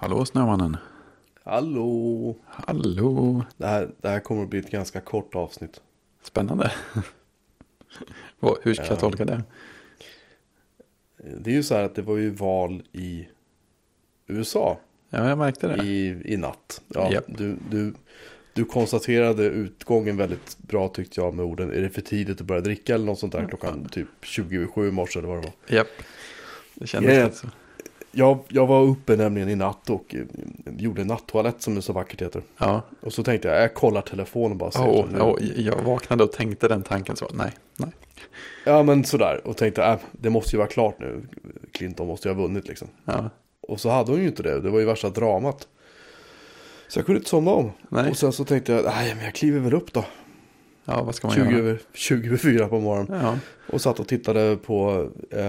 Hallå Snömannen. Hallå. Hallå. Det här kommer att bli ett ganska kort avsnitt. Spännande. Hur ska jag tolka det? Det är ju så här att det var ju val i USA. Ja, jag märkte det. I natt. Ja, Yep. du konstaterade utgången väldigt bra tyckte jag med orden. Är det för tidigt att börja dricka eller något sånt där klockan typ 27 i morse eller vad det var. Japp. Det kändes lite så. Jag var uppe nämligen i natt och gjorde nattoalett som det så vackert heter. Ja. Och så tänkte jag kollar telefonen bara. Jag vaknade och tänkte den tanken så. Nej. Ja men sådär. Och tänkte det måste ju vara klart nu. Clinton måste ju ha vunnit liksom. Ja. Och så hade hon ju inte det. Det var ju värsta dramat. Så jag kunde inte somna om. Nej. Och sen så tänkte jag, men jag kliver väl upp då. Ja, vad ska man göra? 20:04 på morgonen. Ja. Och satt och tittade på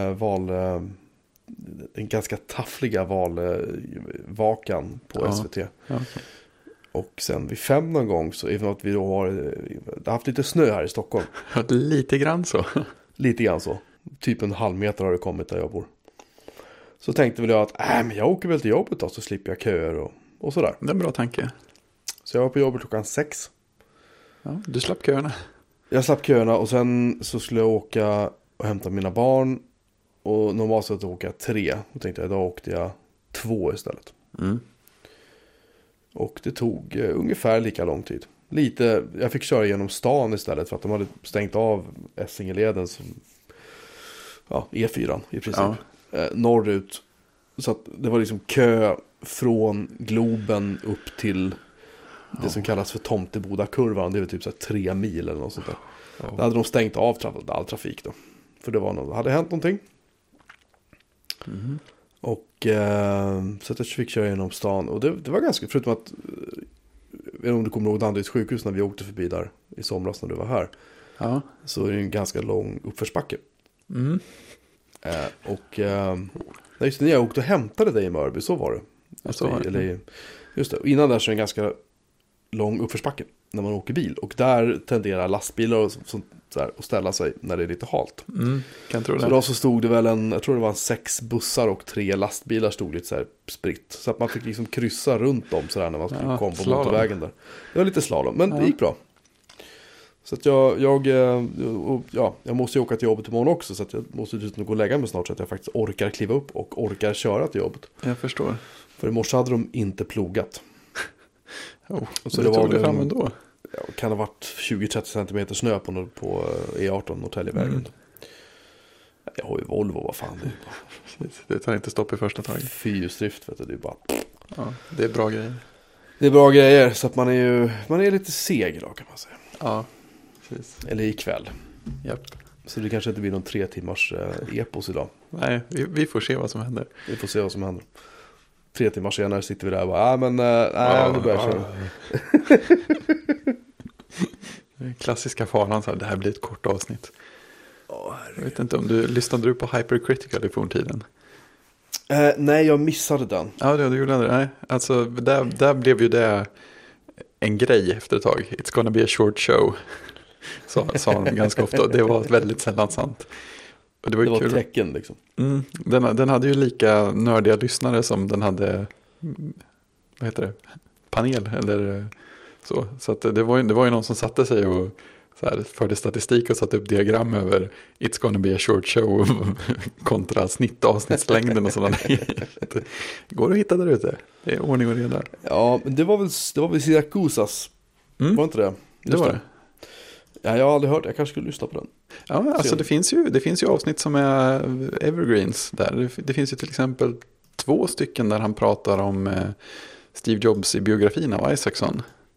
den ganska taffliga valvakan på SVT. Ja, okay. Och sen vid 5 någon gång, så även att vi då har haft lite snö här i Stockholm. Lite grann så. Lite grann så. Typ en halv meter har det kommit där jag bor. Så tänkte väl jag att men jag åker väl till jobbet då, så slipper jag köer och sådär. Det är en bra tanke. Så jag var på jobbet klockan 6. Ja, du slapp köerna. Jag slapp köerna och sen så skulle jag åka och hämta mina barn. Och normalt sett åker jag 3. Och tänkte jag, idag åkte jag 2 istället. Mm. Och det tog ungefär lika lång tid. Jag fick köra genom stan istället för att de hade stängt av Essingeleden som E4 i princip. Ja. Norrut. Så att det var liksom kö från Globen upp till det som kallas för Tomtebodakurvan. Det är väl typ så här 3 mil eller något sånt där. Ja. Där hade de stängt av all trafik då. För det hade hänt någonting. Mm. Och så att jag fick köra genom stan. Och det var ganska, förutom att jag vet inte om du kommer ihåg Danderyds sjukhus när vi åkte förbi där i somras när du var här. Ja. Så är det en ganska lång uppförsbacke. Mm. Just när jag åkte och hämtade dig i Mörby, så var det. Just det. Och innan där så är det en ganska lång uppförsbacke när man åker bil. Och där tenderar lastbilar och sånt där att ställa sig när det är lite halt. Kan tro det. Så då så stod det väl jag tror det var 6 bussar och 3 lastbilar stod lite så här spritt. Så att man fick liksom kryssa runt dem så där när man skulle komma på motorvägen där. Det var lite slalom, men det gick bra. Så att jag måste ju åka till jobbet imorgon också. Så att jag måste gå och lägga mig snart så att jag faktiskt orkar kliva upp och orkar köra till jobbet. Jag förstår. För i morse hade de inte plogat. Så det tog det fram ändå. Kan ha varit 20-30 centimeter snö på E18 Norrtäljevägen. Jag har ju Volvo, vad fan det är. Det tar inte stopp i första taget. Fyrhjulsdrift, vet du, det är bara... Ja, det är bra grejer. Det är bra grejer, så att man är lite seg idag kan man säga. Ja, precis. Eller ikväll. Japp. Så det kanske inte blir någon 3 timmars epos idag. Nej, vi får se vad som händer. Vi får se vad som händer. 3 timmar senare sitter vi där och bara, nu börjar jag köra. Klassiska faran så här, det här blir ett kort avsnitt. Jag vet inte om lyssnade du på Hypercritical i forntiden? Nej, jag missade den. Ja, det gjorde jag. Nej, alltså där blev ju det en grej efter ett tag. It's gonna be a short show. Sa han ganska ofta. Det var väldigt sällan sant. Och det var kul. Tecken liksom. Den hade ju lika nördiga lyssnare som den hade, vad heter det, panel eller så. Så att det var ju någon som satte sig och så här, förde statistik och satte upp diagram över It's gonna be a short show kontra snittavsnittslängden och sådana. Det går att hitta där ute. Det är ordning och reda. Ja, men det var väl Syracusas. Var inte det? Det var det. Ja, jag har aldrig hört. Jag kanske skulle lyssna på den. Ja, alltså det finns ju avsnitt som är evergreens där. Det finns ju till exempel 2 stycken där han pratar om Steve Jobs i biografin av Isaacson.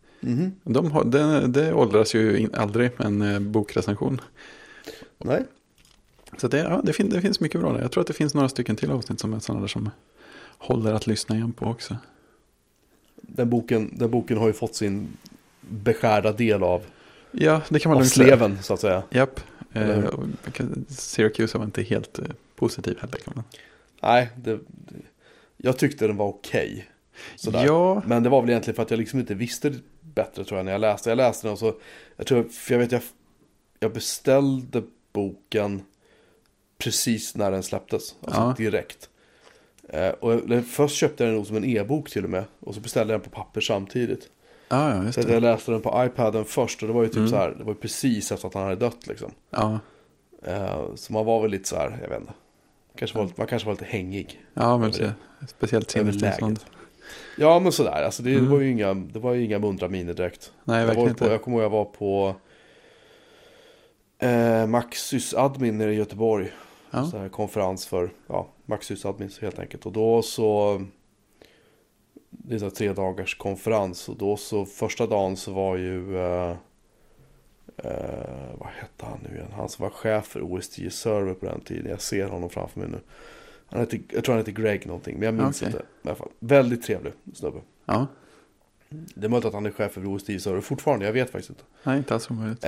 Det åldras ju aldrig en bokrecension. Nej. Så det finns mycket bra där. Jag tror att det finns några stycken till avsnitt som är sådana där som håller att lyssna igen på också. Den boken har ju fått sin beskärda del av. Ja, det kan man lugnt sleven så att säga. Japp. Syracuse var inte helt positiv heller. Nej, jag tyckte den var okej. Ja. Men det var väl egentligen för att jag liksom inte visste bättre tror jag när jag läste. Jag läste den och så, jag beställde boken precis när den släpptes. Alltså direkt. Först köpte jag den nog som en e-bok till och med. Och så beställde jag den på papper samtidigt. Ja, just det. Så jag läste den på iPaden först. Och det var ju typ så här. Det var ju precis efter att han hade dött liksom. Ja. Så man var väl lite så här, jag vet inte. Man kanske var lite hängig. Ja, men speciellt timmerstånd. Ja, men sådär. Alltså det var ju inga mundra miner direkt. Nej, verkligen inte. Jag kommer ihåg jag var på Maxys admin nere i Göteborg. Ja. Så här konferens för Maxys admin helt enkelt. Och då så det är så 3 dagars konferens. Och då så första dagen så var ju vad hette han nu igen? Han som var chef för OSG server på den tiden. Jag ser honom framför mig nu. Jag tror han heter Greg någonting, men jag minns inte. I alla fall. Väldigt trevlig snubbe. Ja. Det är möjligt att han är chef för OSG server fortfarande, jag vet faktiskt inte. Nej, inte alls omöjligt.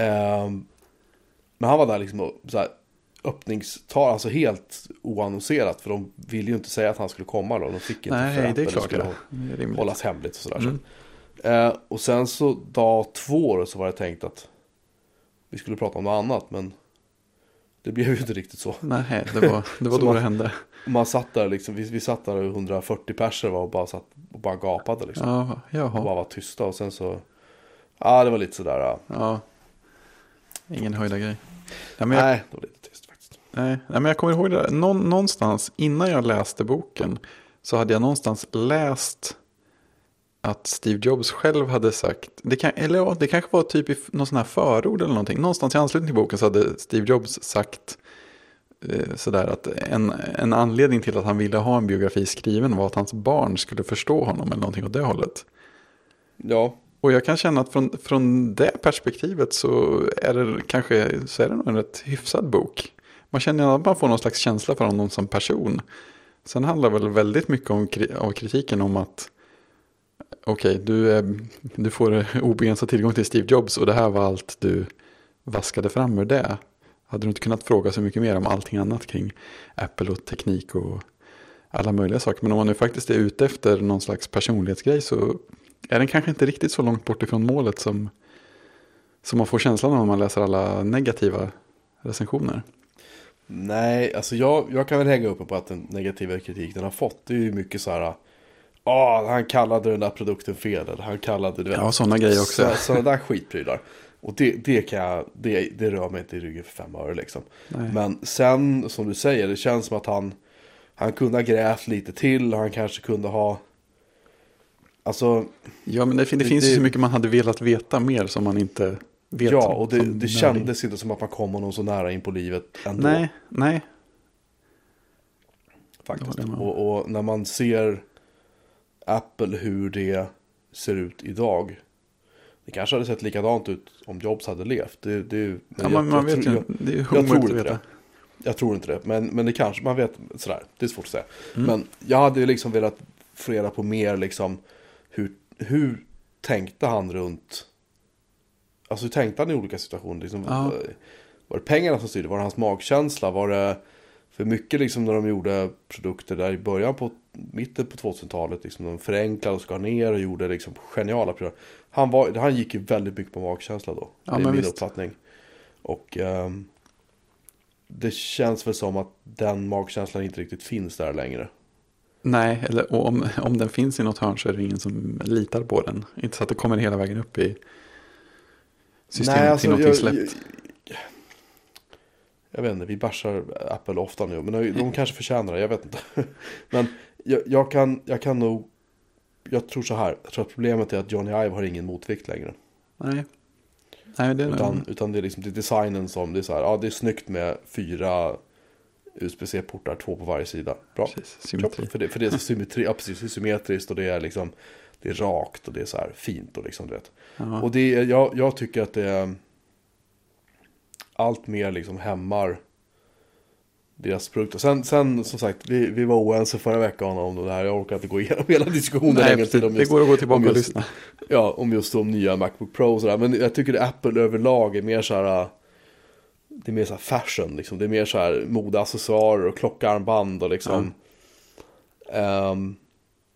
Men han var där liksom så här, öppningstal, alltså helt oannonserat, för de ville ju inte säga att han skulle komma då. De fick inte. Nej, det är klart. Det skulle hållas hemligt och sådär. Och sen så dag 2 så var det tänkt att vi skulle prata om något annat, men det blev ju inte riktigt så. Nej, det var då det hände. Man satt där liksom, vi satt där 140 personer och bara satt och bara gapade liksom. Jaha. Och bara var tysta och sen så det var lite sådär. Ja. Ingen höjda grej. Nej, det var lite tyst faktiskt. Nej, men jag kommer ihåg det. Någonstans innan jag läste boken så hade jag någonstans läst att Steve Jobs själv hade sagt, det kanske var typ i någon sån här förord eller någonting. Någonstans i anslutning till boken så hade Steve Jobs sagt sådär att en anledning till att han ville ha en biografi skriven var att hans barn skulle förstå honom eller någonting åt det hållet. Ja. Och jag kan känna att från det perspektivet så är det nog en rätt hyfsad bok. Man känner att man får någon slags känsla för honom som person. Sen handlar väl väldigt mycket av kritiken om att okej, du får obegränsad tillgång till Steve Jobs och det här var allt du vaskade fram ur det. Hade du inte kunnat fråga så mycket mer om allting annat kring Apple och teknik och alla möjliga saker. Men om man nu faktiskt är ute efter någon slags personlighetsgrej så är den kanske inte riktigt så långt bort ifrån målet som man får känslan av när man läser alla negativa recensioner. Nej, alltså jag kan väl hänga upp på att den negativa kritik den har fått, det är ju mycket så här. Han kallade den där produkten fel, eller han kallade det. Ja, sådana grejer också. Sådana där skitprylar. Och det rör mig inte i ryggen för 5 öre liksom. Nej. Men sen, som du säger, det känns som att han kunde ha grävt lite till, och han kanske kunde ha. Alltså. Ja, men det finns ju så mycket man hade velat veta mer som man inte vet. Ja, och det kändes inte som att man kom någon så nära in på livet ändå. Nej. Faktiskt. Och när man ser Apple, hur det ser ut idag. Det kanske hade sett likadant ut om Jobs hade levt. Man vet ju. Det är omöjligt att veta. Jag tror inte det. Men det kanske, man vet sådär. Det är svårt att säga. Men jag hade liksom velat få reda på mer liksom. Hur tänkte han runt. Alltså hur tänkte han i olika situationer liksom, var det pengarna som styrde? Var det hans magkänsla? Var det för mycket liksom när de gjorde produkter där i början på mitten på 2000-talet liksom, de förenklade och skar ner och gjorde liksom geniala produkter. Han gick ju väldigt mycket på magkänsla då. Det är min uppfattning. Och det känns väl som att den magkänslan inte riktigt finns där längre. Nej, eller om den finns i något hörn så är det ingen som litar på den. Inte så att det kommer hela vägen upp i systemet. Nej, alltså, till någonting släppt. Jag vet inte, vi bashar Apple ofta nu. Men de kanske förtjänar det, jag vet inte. Men jag kan nog. Jag tror så här. Jag tror att problemet är att Johnny Ive har ingen motvikt längre. Nej, det är utan det är liksom det är designen som det är så här. Det är snyggt med 4 USB-C-portar, 2 på varje sida. Bra. Precis, symmetri. För det är så symmetri, precis, symmetriskt, och det är liksom det är rakt och det är så här fint och liksom, du vet. Aha. Och jag tycker att det är allt mer liksom hämmar deras produkter. Sen som sagt, vi var oense förra veckan om det här. Jag orkar inte gå igenom hela diskussionen. Nej, det går att gå tillbaka och lyssna. Ja, om just de nya MacBook Pro och sådär. Men jag tycker att Apple överlag är mer så här. Det är mer så här fashion liksom. Det är mer så här modeaccessoarer och klockarmband och liksom.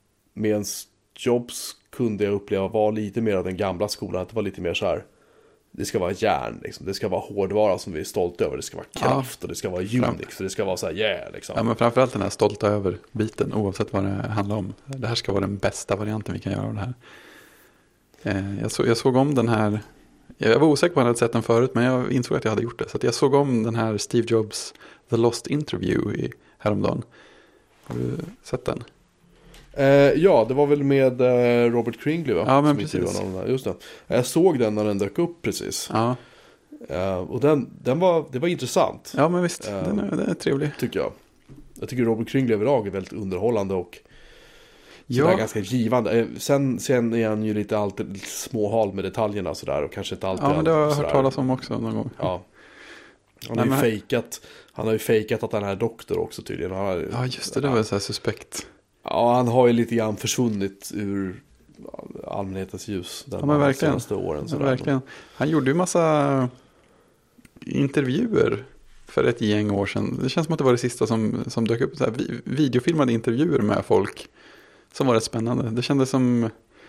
Medan Jobs kunde jag uppleva var lite mer av den gamla skolan. Att det var lite mer så här det ska vara järn liksom. Det ska vara hårdvara som vi är stolta över. Det ska vara kraft och det ska vara Unix. Och det ska vara så här, liksom. Ja, men framförallt den här stolta över biten, oavsett vad det handlar om. Det här ska vara den bästa varianten vi kan göra av det här. Jag såg om den här. Jag var osäker på att jag hade sett den förut, men jag insåg att jag hade gjort det. Så att jag såg om den här Steve Jobs The Lost Interview häromdagen. Har du sett den? Ja, det var väl med Robert Kringley, va? Ja, men precis. Just det. Jag såg den när den dök upp precis. Ja. Och det var intressant. Ja, men visst. Den är trevlig. Tycker jag. Jag tycker Robert Kringley överlag är väldigt underhållande och ganska givande. Sen är han ju alltid småhal med detaljerna sådär. Och kanske inte alltid. Ja, men det har jag hört talas om också någon gång. Ja. Han har ju fejkat att han är doktor också tydligen. Ja, just det. Det var så här suspekt. Ja, han har ju lite grann försvunnit ur allmänhetens ljus de senaste åren. Ja, verkligen. Han gjorde ju massa intervjuer för ett gäng år sedan. Det känns som att det var det sista som dök upp. Så här, videofilmade intervjuer med folk som var rätt spännande. Det kändes som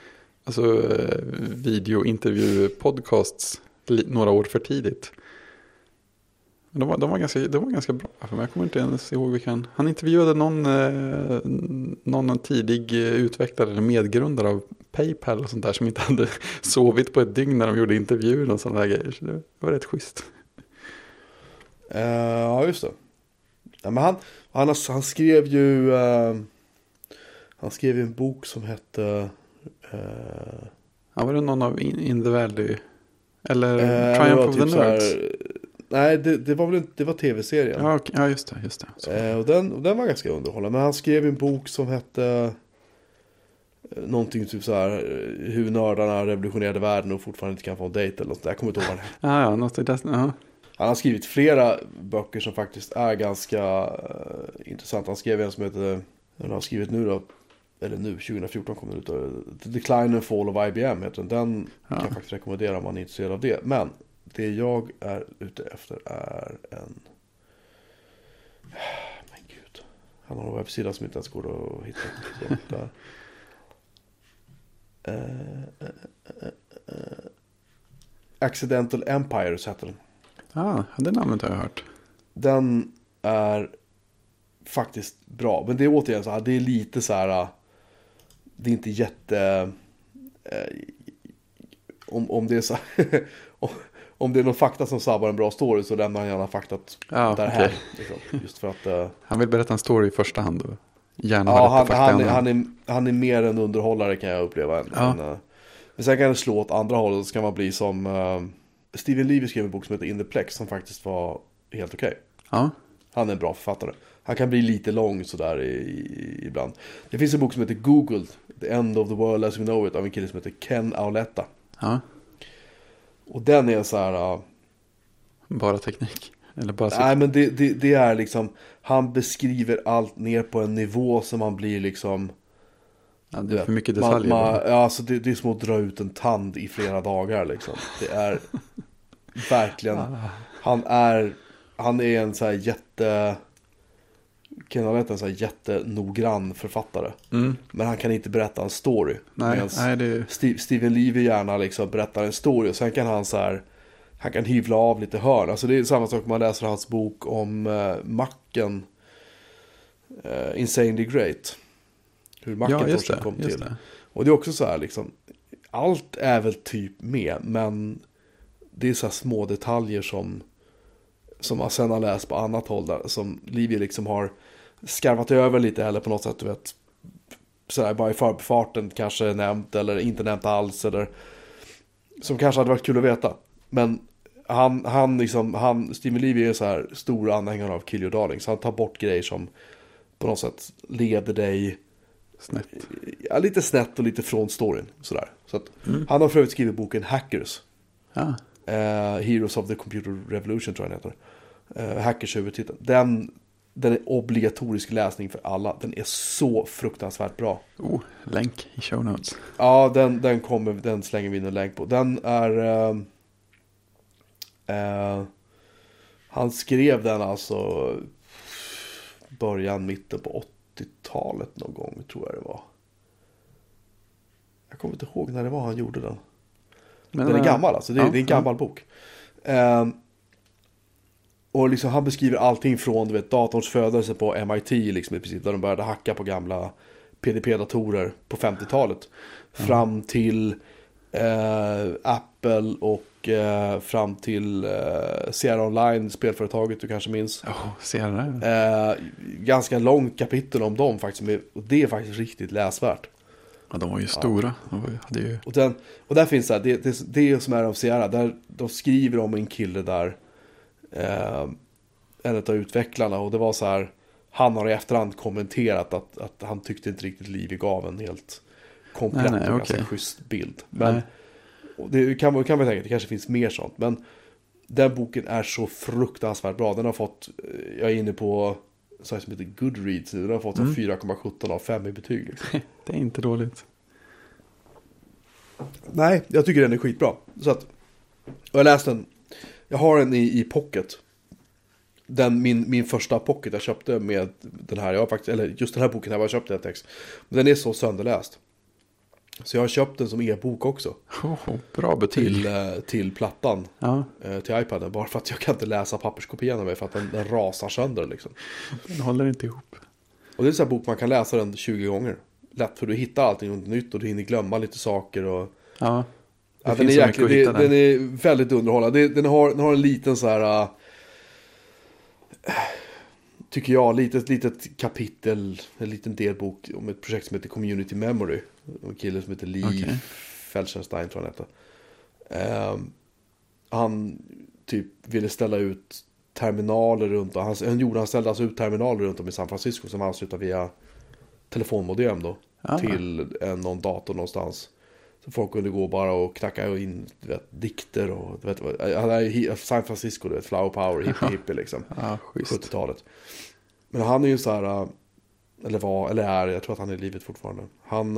videointervju-podcasts några år för tidigt. De var ganska bra för mig. Jag kommer inte ens ihåg vilken. Han intervjuade någon tidig utvecklare eller medgrundare av PayPal och sånt där som inte hade sovit på ett dygn när de gjorde intervjuer och sådana där grejer. Så det var rätt schysst. Ja, just det. Ja, men han skrev ju en bok som hette var det någon av In the Valley eller Triumph of the Nerds? Nej, det var tv-serien. Ja, just det. Och den var ganska underhållande. Men han skrev en bok som hette någonting typ så här, hur nördarna revolutionerade världen och fortfarande inte kan få en dejt eller något. Jag kommer inte ihåg vad det Ja, något där. Ja. Han har skrivit flera böcker som faktiskt är ganska intressanta. Han skrev en som heter, den har skrivit nu då, eller nu, 2014 kom den ut. The Decline and Fall of IBM heter den. Den kan jag faktiskt rekommendera om man är intresserad av det. Men det jag är ute efter är en... Men gud. Han har en webbsida som inte ens går att hitta. Så, där. Accidental Empires heter den. Ja, det namnet har jag hört. Den är faktiskt bra. Men det är återigen så här, det är lite så här... Det är inte jätte... Om det är så här... Om det är någon fakta som sabbar en bra story så lämnar han gärna faktat där här. Liksom. Just för att... Han vill berätta en story i första hand då. Gärna han är mer en underhållare kan jag uppleva. Men sen kan det slå åt andra hållet, så kan man bli som... Steven Levy skrev en bok som heter In the Plex som faktiskt var helt okej. Ja. Han är en bra författare. Han kan bli lite lång sådär ibland. Det finns en bok som heter Google, The End of the World as We Know It, av en kille som heter Ken Auletta. Ja. Och den är så här... Bara teknik? Eller bara nej, men det är liksom... Han beskriver allt ner på en nivå som man blir liksom... Ja, det är för mycket detaljer. Alltså det är som att dra ut en tand i flera dagar liksom. Det är verkligen... Han är en så här Ken Auletta är en så här jättenoggrann författare. Men han kan inte berätta en story. Steven Levy gärna liksom berättar en story och sen kan han så här... Han kan hyvla av lite hörn. Alltså det är samma sak om man läser hans bok om Macken. Insanely Great. Hur Mackintosh kom till. Det. Och det är också så här liksom. Allt är väl typ med. Men det är så här små detaljer som man sen har läst på annat håll. Där, som Livy liksom har skarvat över lite. Eller på något sätt, du vet. Så här, bara i förbifarten kanske nämnt. Eller inte nämnt alls. Eller, som kanske hade varit kul att veta. Men Steven Levy är så här stor anhängare av Kill Your Darling. Så han tar bort grejer som på något sätt leder dig snett. Ja, lite snett och lite från storyn. Sådär. Så att, han har för övrigt skrivit boken Hackers. Ja. Heroes of the Computer Revolution tror jag den heter. Hackers huvudtiteln. Den är obligatorisk läsning för alla. Den är så fruktansvärt bra. Länk i show notes. Ja, den slänger vi in en länk på. Den är... han skrev den alltså mitten på 80-talet någon gång tror jag det var. Jag kommer inte ihåg när det var han gjorde den. Men den är gammal alltså, det är en gammal bok. Och liksom han beskriver allting från, du vet, datorns födelse på MIT liksom, i princip, där de började hacka på gamla PDP-datorer på 50-talet. Fram till Apple och fram till Sierra Online, spelföretaget du kanske minns. Sierra. Ganska långt kapitel om dem faktiskt, och det är faktiskt riktigt läsvärt. Ja, de var ju stora. Hade ju... och där finns det som är av Sierra, där de skriver om en kille där, en av utvecklarna, och det var så här, han har i efterhand kommenterat att han tyckte inte riktigt Livi gav en helt komplett och ganska schysst bild. Men det kan man tänka att det kanske finns mer sånt, men den boken är så fruktansvärt bra. Den har fått, jag är inne på så som heter Goodreads, den har fått 4,17 av 5 i betyg liksom. Det är inte dåligt. Nej, jag tycker den är skitbra. Så att, och jag läste den, jag har den i pocket. Min första pocket jag köpte med den här, just den här boken här var jag köpte en text. Men den är så sönderläst. Så jag har köpt den som e-bok också. Bra betyg. Till plattan. Till iPaden. Bara för att jag kan inte läsa papperskopian av mig, för att den rasar sönder liksom. Den håller inte ihop. Och det är en sån här bok man kan läsa den 20 gånger. Lätt, för du hittar allting nytt och du hinner glömma lite saker. Och... Ja, den är väldigt underhållande. Den har en liten så här... tycker jag, litet kapitel, en liten delbok om ett projekt som heter Community Memory. En kille som heter Lee Felsenstein tror jag han heter. Han typ ville ställa ut terminaler runt, han ställde alltså ut terminaler runt om i San Francisco som ansluter via telefonmodem då till någon dator någonstans. Så folk kunde gå bara och knacka in, du vet, dikter och du vet, han är San Francisco, du vet, Flower Power, hippie liksom. 70-talet. Men han är ju så här, jag tror att han är i livet fortfarande. Han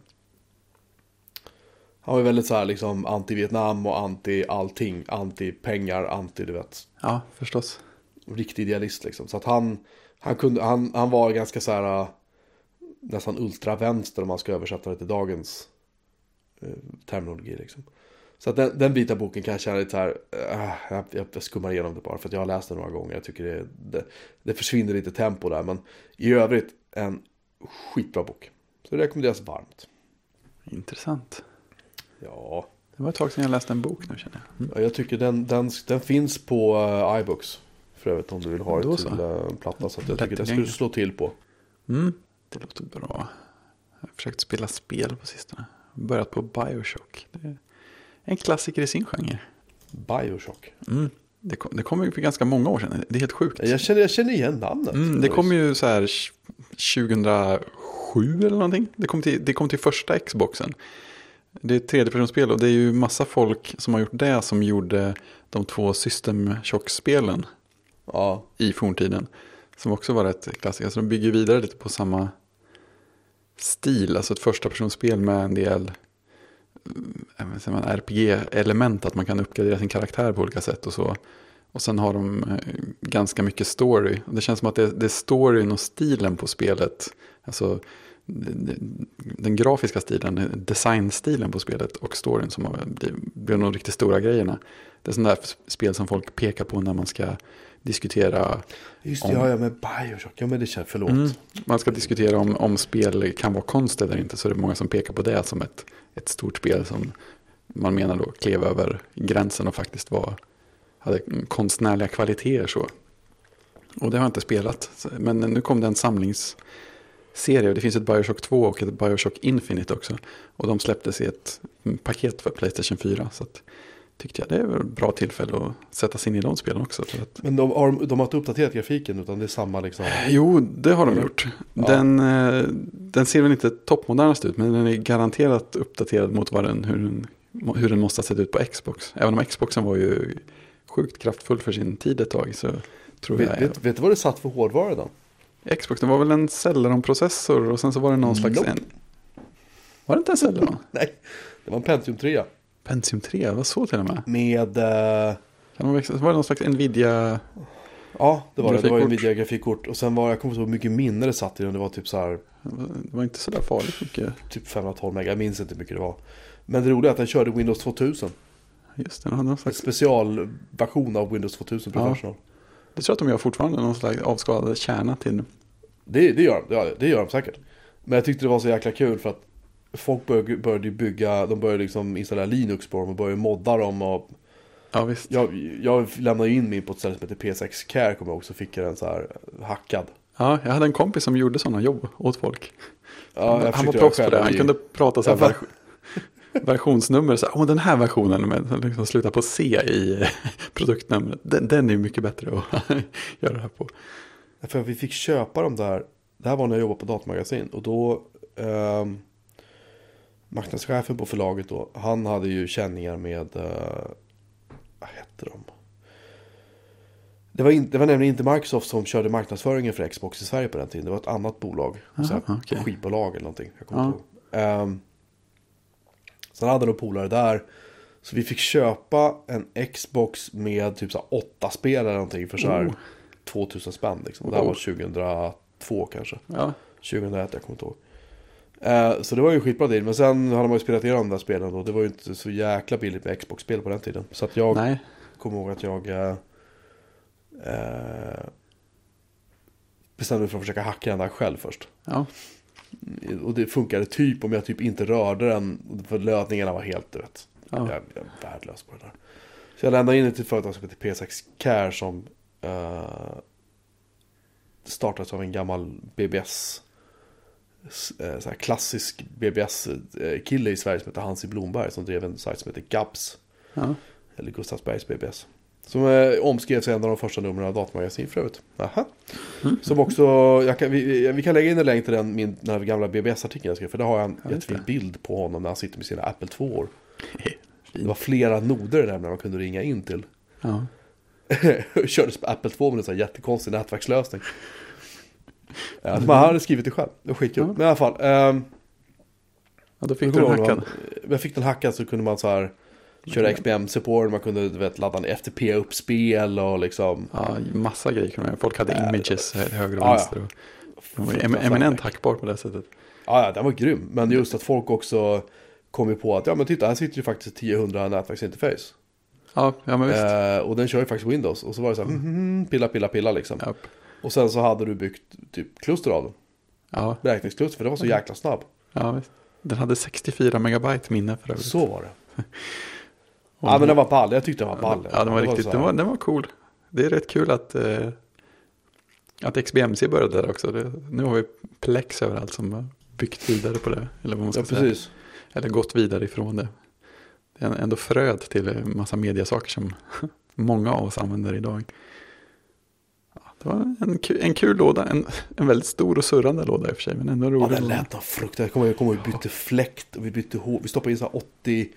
var väldigt så här liksom anti-Vietnam och anti-allting, anti-pengar, anti, du vet. Ja, förstås. Riktig idealist liksom. Så att han var ganska så här nästan ultravänster om man ska översätta det till dagens terminologi liksom. Så att den biten av boken kan jag känna lite så här, jag skummar igenom det bara för att jag har läst den några gånger. Jag tycker det försvinner lite tempo där, men i övrigt en skitbra bok. Så det rekommenderas varmt. Intressant. Ja. Det var ett tag sedan jag läste en bok nu, känner jag. Ja, jag tycker den finns på iBooks för övrigt om du vill ha det till en platta, så att jag tycker det skulle slå till på. Det låter bra. Jag har försökt spela spel på sistone. Börjat på Bioshock. Det är en klassiker i sin genre. Bioshock. Det kom ju för ganska många år sedan. Det är helt sjukt. Jag känner igen namnet. Det kom ju så här 2007 eller någonting. Det kom till första Xboxen. Det är ett tredjepersonsspel och det är ju massa folk som har gjort det som gjorde de 2 System Shock-spelen i forntiden. Som också var rätt klassiker. Så de bygger vidare lite på samma stil. Alltså ett första personspel med en del RPG-element, att man kan uppgradera sin karaktär på olika sätt och så. Och sen har de ganska mycket story. Det känns som att det är storyn och stilen på spelet. Alltså den grafiska stilen, designstilen på spelet och storyn som blir de riktigt stora grejerna. Det är sådana där spel som folk pekar på när man ska diskutera. Just det, med Bioshock. Ja, men det känns, förlåt. Man ska diskutera om spel kan vara konst eller inte, så det är många som pekar på det som ett stort spel som man menar då klev över gränsen och faktiskt hade konstnärliga kvaliteter så. Och det har jag inte spelat. Men nu kom det en samlingsserie och det finns ett Bioshock 2 och ett Bioshock Infinite också. Och de släpptes i ett paket för PlayStation 4, så att tyckte jag det är ett bra tillfälle att sätta sig in i de spelen också. För att... Men de har inte uppdaterat grafiken, utan det är samma liksom... Jo, det har de gjort. Ja. Den ser väl inte toppmodernast ut, men den är garanterat uppdaterad mot hur den måste ha sett ut på Xbox. Även om Xboxen var ju sjukt kraftfull för sin tid ett tag, så tror jag... Vet du vad det satt för hårdvara då? Xboxen var väl en Celeron-processor och sen så var det någon slags... Var det inte en Celeron? Nej, det var en Pentium 3. Pentium 3, vad så till och med? Med... Var det någon slags Nvidia... Ja, det var det var Nvidia grafikkort. Och sen jag kommer inte ihåg hur mycket minne det satt i den. Det var typ så här... Det var inte så där farligt mycket. Typ 512 mega, jag minns inte hur mycket det var. Men det roliga är att den körde Windows 2000. Just det, någon slags... En specialversion av Windows 2000 Professional. Ja. Det tror jag att de gör fortfarande, någon slags avskalad kärna till nu. Det gör de säkert. Men jag tyckte det var så jäkla kul för att folk började bygga, de började liksom installera Linux på dem och började modda dem. Och ja, visst. Jag lämnade in mig på ett ställe som heter P6 Care, kommer jag också, fick jag den så här hackad. Ja, jag hade en kompis som gjorde sådana jobb åt folk. Ja, han var proffs på det, han kunde prata så här versionsnummer, så här, den här versionen med liksom sluta på C i produktnumret, den är ju mycket bättre att göra det här på. För vi fick köpa dem där, det här var när jag jobbade på datamagasin, och då marknadschefen på förlaget då, han hade ju känningar med vad hette de? Det var nämligen inte Microsoft som körde marknadsföringen för Xbox i Sverige på den tiden. Det var ett annat bolag. Okay. Skivbolag eller någonting. Jag kommer inte ihåg. Sen hade de polare där. Så vi fick köpa en Xbox med typ så 8 spel eller någonting för så här 2000 spänn. Liksom. Och det här var 2002 kanske. Ja. 2001, jag kommer inte ihåg. Så det var ju skitbra deal. Men sen hade man ju spelat igenom de där spelen. Och det var ju inte så jäkla billigt med Xbox-spel på den tiden. Så att jag kommer ihåg att jag bestämde mig för att försöka hacka den där själv först. Ja. Och det funkade typ om jag typ inte rörde den, för lödningarna var helt rätt. Jag är värdelös på det där. Så jag lämnade in ett företag som heter P6 Care som startades av en gammal BBS så här klassisk BBS-kille i Sverige som heter Hansi Blomberg, som drev en sajt som heter Gabs. Ja. Eller Gustavsbergs BBS. Som omskrevs i en av de första numren av datamagasin förut. Som också, vi kan lägga in en länk till den här gamla BBS-artikeln. För där har jag en jättefin bild på honom när han sitter med sina Apple 2-år. Det var flera noder där man kunde ringa in till. Ja. Kördes på Apple 2 med en sån här jättekonstig nätverkslösning. Man hade skrivit det själv. Det var skitkul. Men i alla fall. Då fick du den hackad. Jag fick den hackad, så kunde man så här köra XBMC på den, man kunde ladda en FTP-uppspel och liksom... Ja, massa grejer. Folk hade images höger och vänster. De var eminent hackbar på det sättet. Ja, den var grym. Men just att folk också kom på att, men titta, här sitter ju faktiskt 1000 nätverksinterface. Ja, men visst. Och den kör ju faktiskt Windows. Och så var det så här, pilla liksom. Yep. Och sen så hade du byggt typ kluster av dem. Ja. Beräkningskluster, för det var så jäkla snabb. Ja, visst. Den hade 64 megabyte minne för övrigt. Så var det. Ja, men den var ball. Jag tyckte den var ball. Ja, den var riktigt. Den var cool. Det är rätt kul att XBMC började där också. Nu har vi Plex överallt som har byggt vidare på det. Eller vad man ska säga. Precis. Eller gått vidare ifrån det. Det är ändå fröd till en massa mediasaker som många av oss använder idag. Ja, det var en kul låda. En väldigt stor och surrande låda i och för sig. Men ändå rolig. Ja, den lät av frukt. Jag kommer ihåg vi bytte fläkt och vi bytte hår. Vi stoppade in så här 80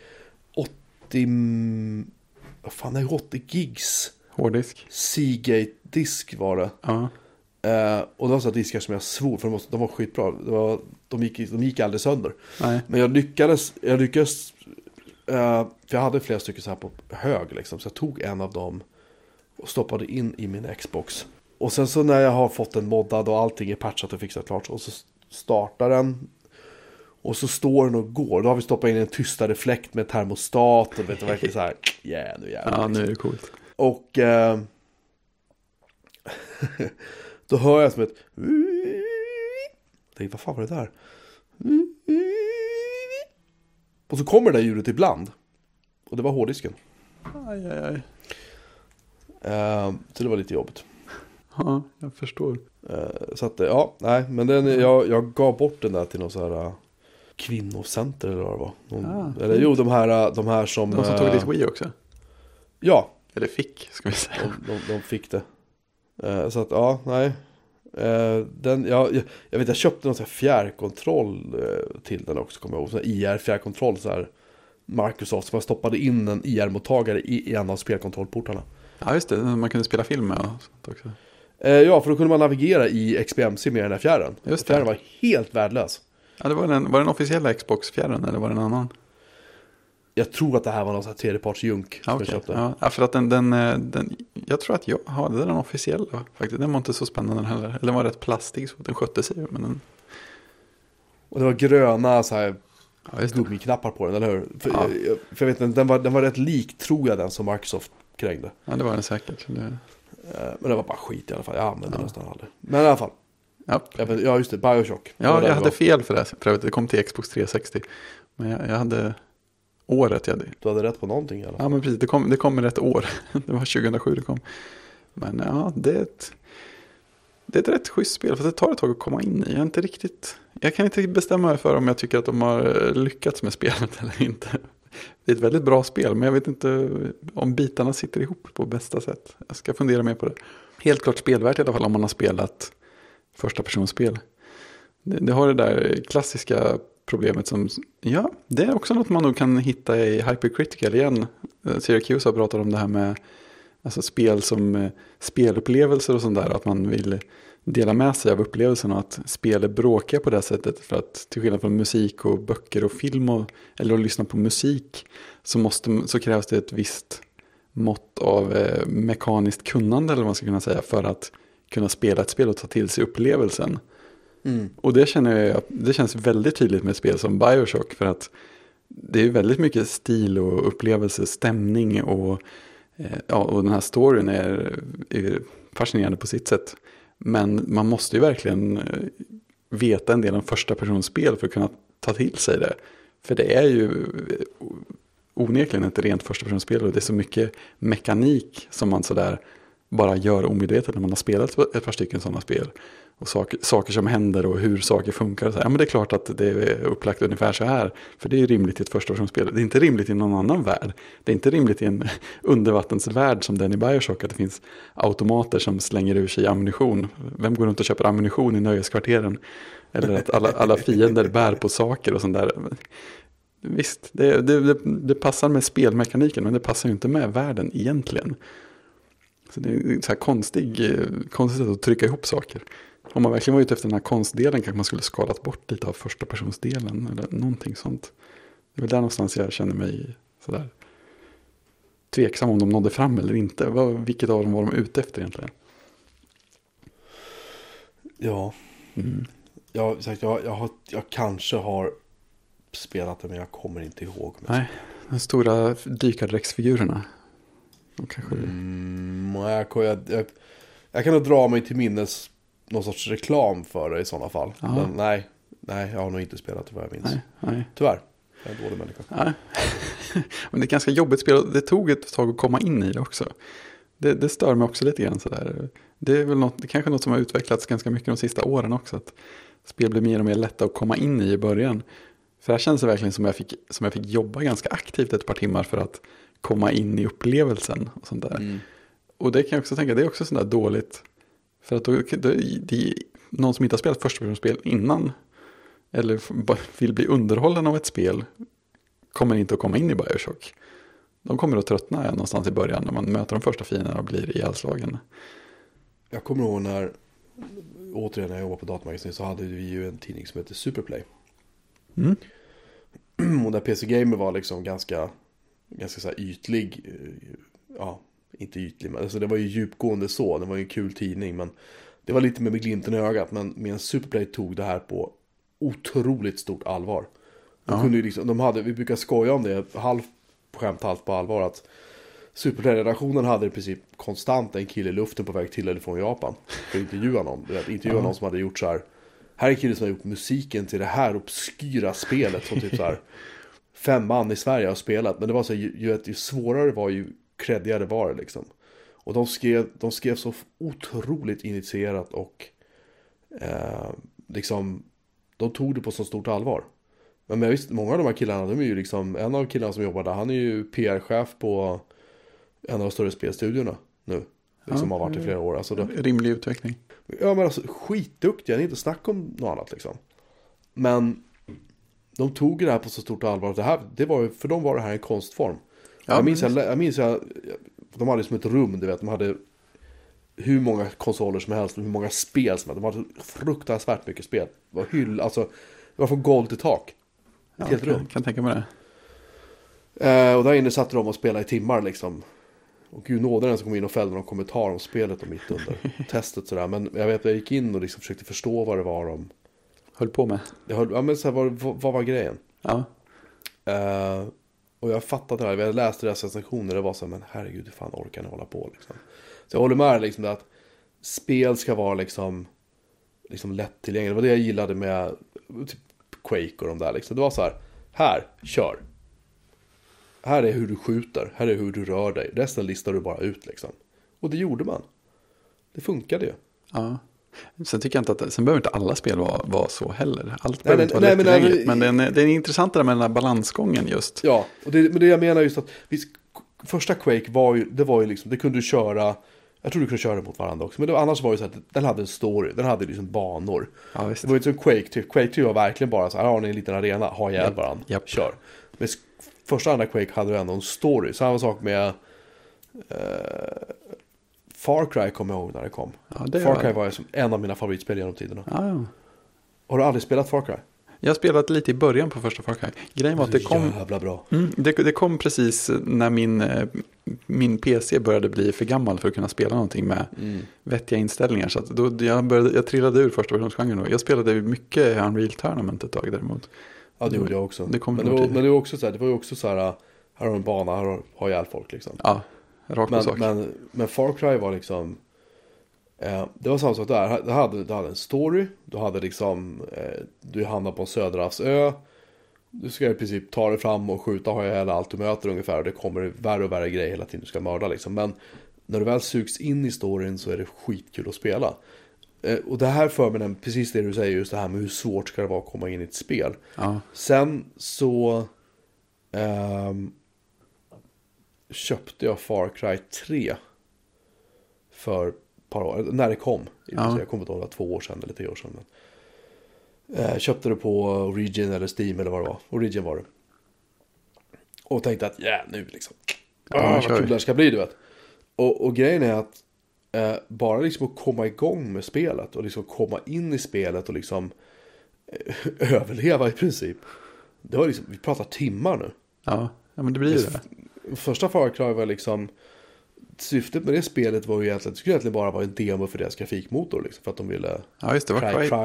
vad fan är 80 gigs hårddisk. Seagate-disk var det. Ja. Och det var så diskar som jag svor, för de var skitbra. De gick aldrig sönder. Nej. Men jag lyckades för jag hade flera stycken så här på hög liksom, så jag tog en av dem och stoppade in i min Xbox. Och sen så när jag har fått den moddad och allting är patchat och fixat klart, och så startar den. Och så står den och går. Då har vi stoppat in en tystare fläkt med termostat. Och vet du, verkligen så här. Nu jävlar. Ja, nu är det coolt. Och då hör jag som ett... Vad fan var det där? Och så kommer det där ljudet ibland. Och det var hårddisken. Aj. Så det var lite jobbigt. Ja, jag förstår. Så att, men jag gav bort den där till någon så här... kvinnocenter eller vad det var. Eller de här som... De som tog ditt Wii också? Ja. Eller fick, ska vi säga. De fick det. Så att, jag köpte någon sån här fjärrkontroll till den också, kommer jag ihåg. Sån här IR-fjärrkontroll, så här Microsoft, som man stoppade in en IR-mottagare i en av spelkontrollportarna. Ja, just det. Man kunde spela film med och sånt också. Ja, för då kunde man navigera i XBMC med den här fjärren. Just det. Fjärren var helt värdelös. Ja, det var den officiella Xbox-fjärren, eller var det en annan? Jag tror att det här var någon sån här tredjepartsjunk som jag köpte. Ja, för att den jag tror att jag hade den officiella faktiskt. Den var inte så spännande heller. Eller den var rätt plastig så att den skötte sig. Men den... Och det var gröna så här gummiknappar på den, eller hur? För jag vet inte, den var rätt lik, tror jag, den som Microsoft krängde. Ja, det var den säkert. Men det var bara skit i alla fall. Jag använde nästan aldrig. Men i alla fall. Ja, just det. Bioshock. Ja, jag hade fel för det. Det kom till Xbox 360. Men jag hade året. Du hade rätt på någonting i alla fall. Ja, men precis. Det kom i rätt år. Det var 2007 det kom. Men ja, det är ett rätt schysst spel. För det tar ett tag att komma in i. Jag kan inte bestämma mig för om jag tycker att de har lyckats med spelet eller inte. Det är ett väldigt bra spel, men jag vet inte om bitarna sitter ihop på bästa sätt. Jag ska fundera mer på det. Helt klart spelvärt i alla fall om man har spelat första personspel. Det har det där klassiska problemet som, ja, det är också något man nog kan hitta i Hypercritical igen. Syracuse har pratat om det här med alltså spel som spelupplevelser och sånt där, att man vill dela med sig av upplevelsen och att spel är bråkiga på det sättet, för att till skillnad från musik och böcker och film eller att lyssna på musik så krävs det ett visst mått av mekaniskt kunnande, eller vad man ska kunna säga, för att kunna spela ett spel och ta till sig upplevelsen. Och det känns väldigt tydligt med ett spel som Bioshock, för att det är väldigt mycket stil och upplevelse, stämning och den här storyn är fascinerande på sitt sätt. Men man måste ju verkligen veta en del om första personsspel för att kunna ta till sig det. För det är ju onekligen ett rent första personsspel, och det är så mycket mekanik som man sådär bara gör omedvetet när man har spelat ett par stycken sådana spel. Och saker som händer och hur saker funkar. Och så här. Ja, men det är klart att det är upplagt ungefär så här. För det är rimligt i ett första personsspel. Det är inte rimligt i någon annan värld. Det är inte rimligt i en undervattensvärld som den i Bioshock. Att det finns automater som slänger ur sig ammunition. Vem går runt och köper ammunition i nöjeskvarteren? Eller att alla fiender bär på saker och sånt där. Visst, det passar med spelmekaniken, men det passar ju inte med världen egentligen. Så det är så här konstigt sätt att trycka ihop saker. Om man verkligen var ute efter den här konstdelen kanske man skulle skalat bort lite av första personsdelen eller någonting sånt. Det är väl där någonstans jag känner mig sådär tveksam om de nådde fram eller inte. Vilket av dem var de ute efter egentligen? Ja. Jag kanske har spelat det, men jag kommer inte ihåg. Nej, de stora dykardräktsfigurerna. Kanske... Jag kan nog dra mig till minnes någon sorts reklam för det i sådana fall. Aha. Men nej, jag har nog inte spelat det vad jag minns. Nej. Tyvärr, jag är en dålig människa. Nej. Men det är ganska jobbigt spel. Det tog ett tag att komma in i det också. Det stör mig också lite grann sådär. Det är väl kanske något som har utvecklats ganska mycket de sista åren också. Att spel blir mer och mer lätta att komma in i början. För här känns det verkligen som jag fick jobba ganska aktivt ett par timmar för att komma in i upplevelsen och sånt där. Och det kan jag också tänka, det är också sånt där dåligt. För att någon som inte har spelat första personspel innan eller vill bli underhållen av ett spel kommer inte att komma in i Bioshock. De kommer att tröttna någonstans i början när man möter de första fienderna och blir ihjälslagen. Jag kommer ihåg när jag jobbade på datamagasin så hade vi ju en tidning som heter Superplay. Och där PC Gamer var liksom ganska så här ytlig. Ja, inte ytlig, men alltså det var ju djupgående så. Det var ju en kul tidning, men det var lite med glimten i ögat. Men Superplay tog det här på otroligt stort allvar. Kunde ju liksom, vi brukar skoja om det, halvt skämt, halvt på allvar, att Superplay-redaktionen hade i princip konstant en kille i luften på väg till eller från Japan för att intervjua någon som hade gjort så här är en kille som har gjort musiken till det här obskyra spelet som typ så här 5 man i Sverige har spelat, men det var så ju svårare det var, ju creddigare var det liksom. Och de skrev så otroligt initierat och liksom de tog det på så stort allvar. Men jag visste, många av de här killarna, de är ju liksom, en av killarna som jobbar där, han är ju PR-chef på en av de större spelstudiorna nu. Liksom har varit i flera år. Alltså rimlig utveckling. Ja, men alltså skitduktiga, det är inte snack om något annat liksom. Men de tog det här på så stort allvar. Det var, för dem var det här en konstform. Ja, jag minns de hade som ett rum, du vet, de hade hur många konsoler som helst och hur många spel som helst. De hade fruktansvärt mycket spel. Det var alltså, det var från golv till tak. Helt rum. Kan tänka mig det. Och där inne satt de och spelade i timmar liksom. Och gud nådde den som kom in och fällde någon kommentar om spelet och mitt under testet sådär. Men jag gick in och liksom försökte förstå vad det var de höll på med. Men så här, vad var grejen? Ja. Och jag fattade det här. Jag läste deras recensioner. Det var så här, men herregud, hur fan orkar ni hålla på liksom. Så jag håller med liksom att spel ska vara liksom lättillgängligt. Det var det jag gillade med typ Quake och de där liksom. Det var så här, kör. Här är hur du skjuter. Här är hur du rör dig. Resten listar du bara ut liksom. Och det gjorde man. Det funkade ju. Ja. Sen tycker jag inte att sen behöver inte alla spel vara så heller. Allt behöver inte vara lättillgängligt. Men det är intressant med den här balansgången just. Ja, och det jag menar just att första Quake var ju liksom, det kunde du köra. Jag tror du kunde köra det mot varandra också. Men annars var det så att den hade en story. Den hade liksom banor. Ja, visst. Det var ju som Quake 3. Quake 3 var verkligen bara så här, har ni en liten arena, ha ihjäl varandra, kör. Men första andra Quake hade ändå en story. Samma sak med Far Cry kommer jag ihåg när det kom. Ja, Far Cry var ju som en av mina favoritspel genom tiderna. Ja. Har du aldrig spelat Far Cry? Jag har spelat lite i början på första Far Cry. Grejen var att det kom... Jävla bra. Det kom precis när min PC började bli för gammal för att kunna spela någonting med vettiga inställningar. Så att jag trillade ur första versionsgenren. Jag spelade mycket Unreal Tournament ett tag däremot. Ja, det gjorde jag också. Men det var också så här, det var ju också så här, här har en bana, här har ihjäl folk liksom. Ja, rakt på sak. Men Far Cry var liksom... det var samma sak där. Du hade en story. Du hade liksom du hamnar på en söderhavsö. Du ska i princip ta dig fram och skjuta, ha ihjäl allt du möter ungefär. Och det kommer värre och värre grejer hela tiden du ska mörda liksom. Men när du väl sugs in i storyn så är det skitkul att spela. Och det här för mig precis det du säger, just det här med hur svårt ska det vara att komma in i ett spel. Ja. Sen så köpte jag Far Cry 3 för ett par år, när det kom. Ja. Jag kommer inte ihåg, 2 år sedan eller 3 år sedan. Men, köpte det på Origin eller Steam eller vad det var. Origin var det. Och tänkte att nu liksom. Vad kul det ska bli, du vet. Och grejen är att bara liksom att komma igång med spelet och liksom komma in i spelet och liksom överleva i princip. Det var liksom, vi pratar timmar nu. Ja men det blir ju det. Första Far Cry var liksom, syftet med det spelet var ju egentligen, det skulle egentligen bara vara en demo för deras grafikmotor liksom, för att de ville. Ja just det, var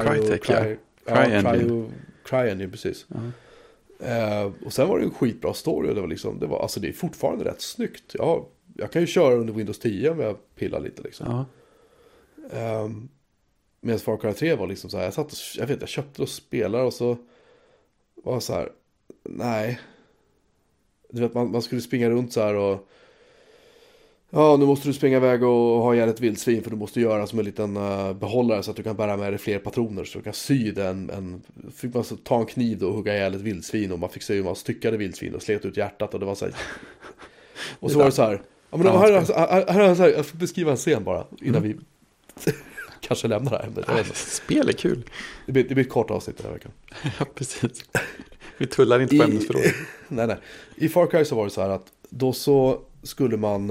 Cryengine, precis. Och sen var det en skitbra story och det var liksom, alltså det är fortfarande rätt snyggt. Jag kan ju köra under Windows 10 om jag pillar lite liksom. Medan Far Cry 3 var liksom så här, jag köpte och spelade och så var så här, nej. Du vet, man skulle springa runt så här och nu måste du springa iväg och ha ihjäl ett vildsvin, för du måste göra som en liten behållare så att du kan bära med dig fler patroner, så du kan sy den. Fick man ta en kniv och hugga ihjäl ett vildsvin, och man fick sy, man styckade vildsvin och slet ut hjärtat, och det var så här. Och så var det så här. Ja, men här, jag får beskriva en scen bara innan vi kanske lämnar det här. Spel är kul. Det blir ett kort avsnitt den här veckan. Ja, precis. Vi tullar inte på ämnesfrågor. Nej. I Far Cry så var det så här att då så skulle man,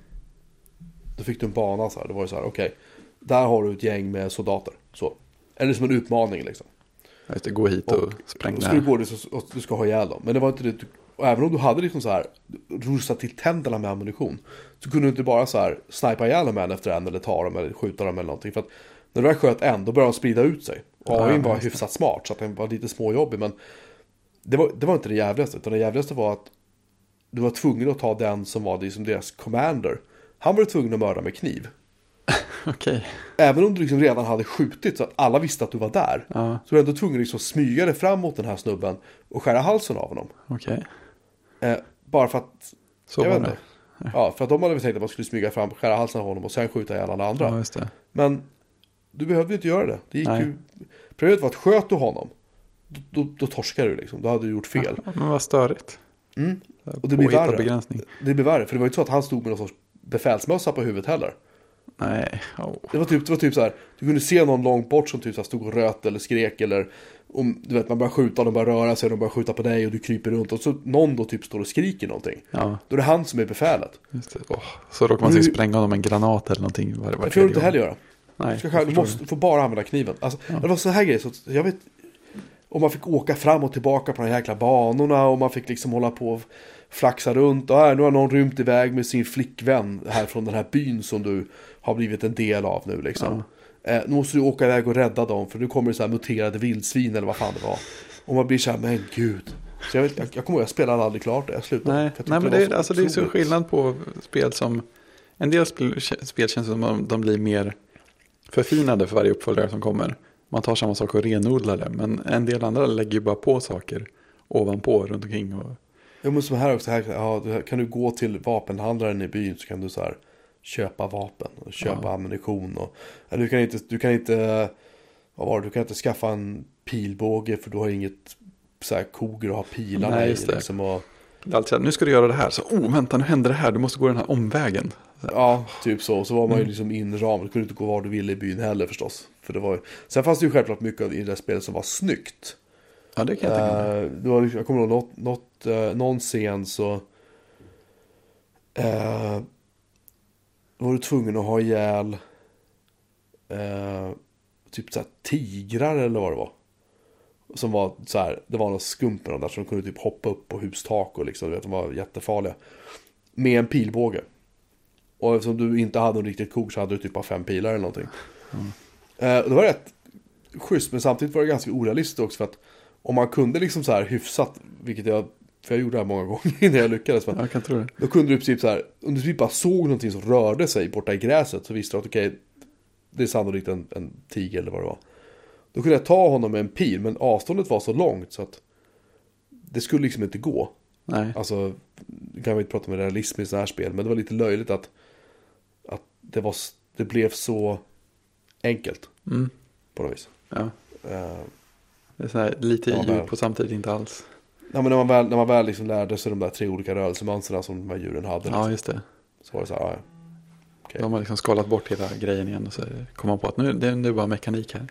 då fick du en bana så här. Då var det så här, okej, där har du ett gäng med soldater. Så. Eller som en utmaning liksom. Ja, just det, gå hit och spräng det här. Du ska ha ihjäl dem. Men det var inte det. Och även om du hade liksom så här rustat till tänderna med ammunition, så kunde du inte bara så här snipa ihjäl dem en efter en, eller ta dem eller skjuta dem eller någonting. För att när du väl sköt en, då började de sprida ut sig. Och AI:n var hyfsat smart, så att den var lite småjobbig. Men det var inte det jävligaste. Utan det jävligaste var att du var tvungen att ta den som var liksom deras commander. Han var tvungen att mörda med kniv. Okay. Även om du liksom redan hade skjutit så att alla visste att du var där, så var du ändå tvungen att liksom smyga dig fram mot den här snubben och skära halsen av honom. Okay. Bara för att så var det. Ja, för att de hade tänkt att man skulle smyga fram, skära halsen av honom och sen skjuta ihjäl alla andra. Ja, just det. Men du behövde inte göra det. Det gick ju. Problemet var att sköt du honom, då torskade du liksom. Då hade du gjort fel. Ja, men vad störigt. Och det blir värre. Begränsning. Det blir värre, för det var ju inte så att han stod med någon sorts befälsmössa på huvudet heller. Nej. Det var typ så här, du kunde se någon långt bort som typ så här stod och röt eller skrek, eller om du vet, man börjar skjuta och de börjar röra sig och de börjar skjuta på dig och du kryper runt, och så någon då typ står och skriker någonting. Ja. Då är det han som är befälet. Just det. Så råkar man sig spränga honom med en granat eller någonting. Det får du inte heller göra. Nej, du måste få bara använda kniven. Alltså, det var så här grejer, så jag vet. Och man fick åka fram och tillbaka på de här jäkla banorna, och man fick liksom hålla på och flaxa runt. Och nu har någon rymt iväg med sin flickvän här från den här byn som du har blivit en del av nu liksom. Nu måste du åka iväg och rädda dem, för nu kommer det så här muterade vildsvin eller vad fan det var. Och man blir så här, men gud, Så jag kommer ihåg, jag spelade aldrig klart det. Jag slutade. Nej, men det är så skillnad på spel som... En del spel känns som att de blir mer förfinade för varje uppföljare som kommer. Man tar samma sak och renodlar det. Men en del andra lägger ju bara på saker ovanpå, runt omkring. Och... Jag måste som här också, kan du gå till vapenhandlaren i byn så kan du så här köpa vapen och köpa ammunition. Du kan inte skaffa en pilbåge för du har inget så här koger och ha pilarna. Nej, i. Liksom, och... Alltså, nu ska du göra det här. Så, vänta, nu händer det här. Du måste gå den här omvägen. Ja, typ så. Så var man ju liksom inramad. Du kunde inte gå var du ville i byn heller förstås. För det var... Sen fanns det ju självklart mycket i det där spelet som var snyggt. Ja, det kan jag tänka mig. Jag kommer ihåg någon scen så... var du tvungen att ha ihjäl... typ så här tigrar eller vad det var. Som var så här, det var någon skumt med dem där som kunde typ hoppa upp på hustak och liksom, de var jättefarliga. Med en pilbåge. Och eftersom du inte hade någon riktigt kok så hade du typ bara 5 pilar eller någonting. Det var rätt schysst, men samtidigt var det ganska orealistiskt också för att om man kunde liksom så här hyfsat, vilket för jag gjorde det här många gånger innan jag lyckades. Men jag kan tro det. Då kunde du typ så här, om du typ bara såg någonting som rörde sig borta i gräset så visste du att okej, det är sannolikt en tiger eller vad det var. Då kunde jag ta honom med en pil, men avståndet var så långt så att det skulle liksom inte gå. Nej. Alltså, kan vi inte prata med realism i sådana här spel, men det var lite löjligt att det blev så enkelt på något vis. Ja. Det är så här, lite djur på samtidigt inte alls. Ja, men när man väl liksom lärde sig de där 3 olika rörelsemönsterna som de här djuren hade. Liksom, ja, just det. Så var det så här, ja. Okay. De har liksom skalat bort hela grejen igen och så kom man på att nu är det bara mekanik här.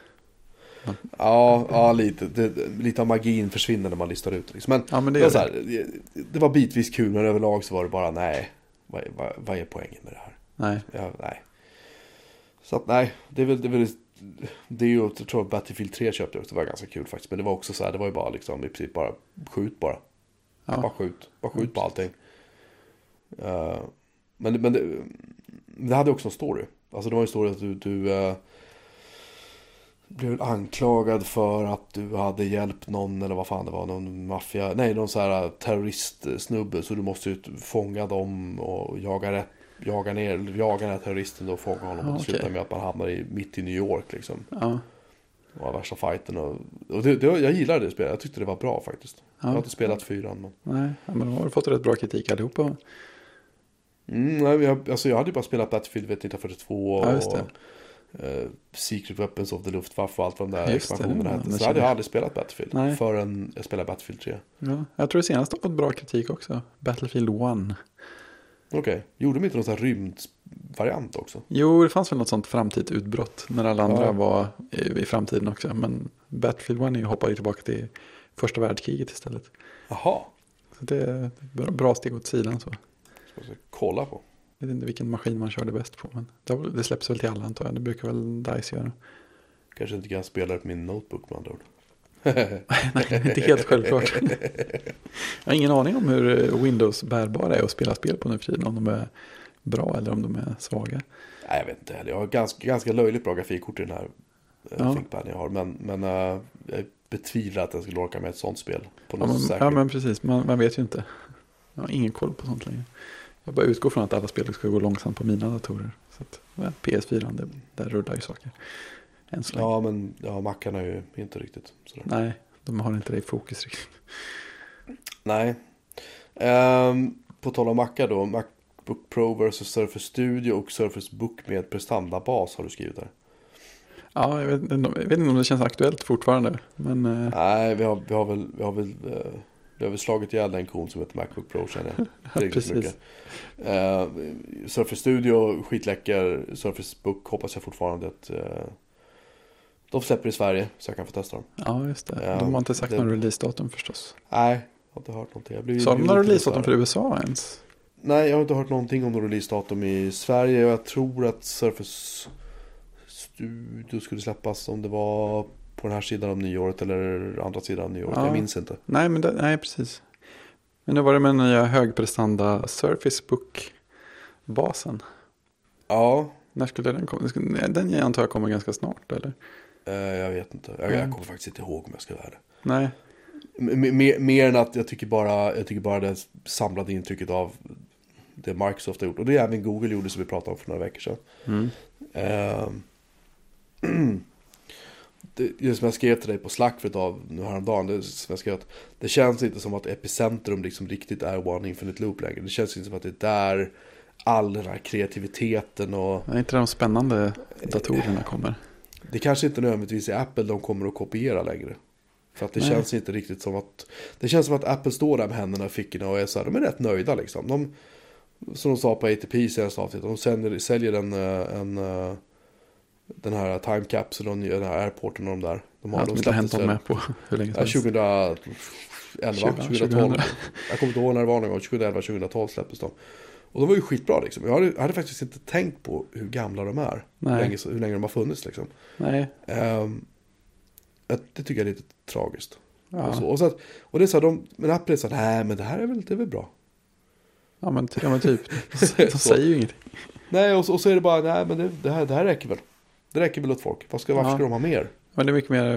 Ja, lite av magin försvinner när man listar ut. Liksom. Men, det var så här, det var bitvis kul, men överlag så var det bara nej. Vad är poängen med det här? Nej. Ja, nej. Så att nej, det är ju, jag tror Battlefield 3 köpte jag också, det var ganska kul faktiskt. Men det var också så här, det var ju bara liksom i princip bara skjut bara. Ja. Bara skjut på allting. Men det hade också en story. Alltså det var en story att du blev anklagad för att du hade hjälpt någon, eller vad fan det var, någon maffia, nej, någon så här terroristsnubbe, så du måste ju fånga dem och jaga den här terroristen och fånga honom, och det slutar med att man hamnar mitt i New York liksom. Ja. Och värsta fighten och jag gillade det spelet, jag tyckte det var bra faktiskt. Ja. Jag har inte spelat 4 men... Nej, men de har fått rätt bra kritik allihopa. Nej, jag hade bara spelat Battlefield 1942 och Secret Weapons of the Luftwaffe och allt vad de där expansionerna hette. Så hade jag aldrig spelat Battlefield förrän jag spelade Battlefield 3. Ja, jag tror det senaste har fått bra kritik också. Battlefield 1. Okej. Gjorde de inte någon sån här rymdvariant också? Jo, det fanns väl något sånt framtidsutbrott när alla andra var i framtiden också. Men Battlefield 1 hoppade ju tillbaka till första världskriget istället. Jaha. Så det är bra steg åt sidan så. Ska jag kolla på. Jag vet inte vilken maskin man körde bäst på, men det släpps väl till alla antar jag. Det brukar väl DICE göra. Kanske inte kan spela på min notebook med andra ord. Nej, inte helt självklart. Jag har ingen aning om hur Windows bärbara är att spela spel på nu för tiden. Om de är bra eller om de är svaga. Nej, jag vet inte heller. Jag har ganska löjligt bra grafikkort i den här ThinkPad jag har. Men jag betvivlar att jag skulle orka med ett sånt spel. På något ja, men precis. Man vet ju inte. Jag har ingen koll på sånt längre. Jag bara utgår från att alla spel ska gå långsamt på mina datorer. Så att, PS4, där rullar ju saker. Ja, men Macarna är ju inte riktigt sådär. Nej, de har inte det i fokus riktigt. Nej. På tal om Macar då. Macbook Pro versus Surface Studio och Surface Book med prestandabas har du skrivit där. Ja, jag vet inte om det känns aktuellt fortfarande. Men, nej, vi har väl slagit ihjäl den kon som heter Macbook Pro, känner jag. Det är precis. Mycket. Surface Studio, skitläcker. Surface Book hoppas jag fortfarande att de släpper i Sverige så jag kan få testa dem. Ja, just det. De har inte sagt någon releasedatum förstås. Nej, jag har inte hört någonting. Sa de någon releasedatum för USA ens? Nej, jag har inte hört någonting om någon releasedatum i Sverige. Jag tror att Surface Studio skulle släppas om det var på den här sidan av nyåret eller andra sidan av nyåret. Jag minns inte. Nej, precis. Men nu var det med den nya högprestanda Surface Book-basen. Ja. När skulle den komma? Den jag antar jag kommer ganska snart, eller? Jag vet inte. Jag kommer faktiskt inte ihåg om jag ska vara det. Nej. Mer än att jag tycker bara det samlade intrycket av det Microsoft har gjort. Och det är även Google gjorde, som vi pratade om för några veckor sedan. Det som jag skrev till dig på Slack för ett av nu häromdagen, det känns inte som att Epicentrum liksom riktigt är One Infinite Loop längre. Det känns inte som att det är där all den här kreativiteten och... Det är inte de spännande datorerna kommer. Det kanske inte nödvändigtvis är Apple de kommer att kopiera längre. För att det känns inte riktigt som att... Det känns som att Apple står där med händerna i fickorna och är så här, de är rätt nöjda liksom. Som de sa på ATP senaste avsnittet, de säljer den här time capsule och den här airporten och de där. De har inte hänt dem med på hur länge sedan? 2012. Jag kommer inte ihåg när det var någon gång. 2011, 2012 släpptes de. Och de var ju skitbra liksom. Jag hade faktiskt inte tänkt på hur gamla de är. Hur länge de har funnits liksom. Nej. Det tycker jag är lite tragiskt. Ja. Och det är så här, men Apple är så här, nej men det här är väl bra. Ja men typ. De säger ju ingenting. Nej, och så är det bara, nej men det här räcker väl. Det räcker väl åt folk. Varför ska de ha mer? Men det är mycket mer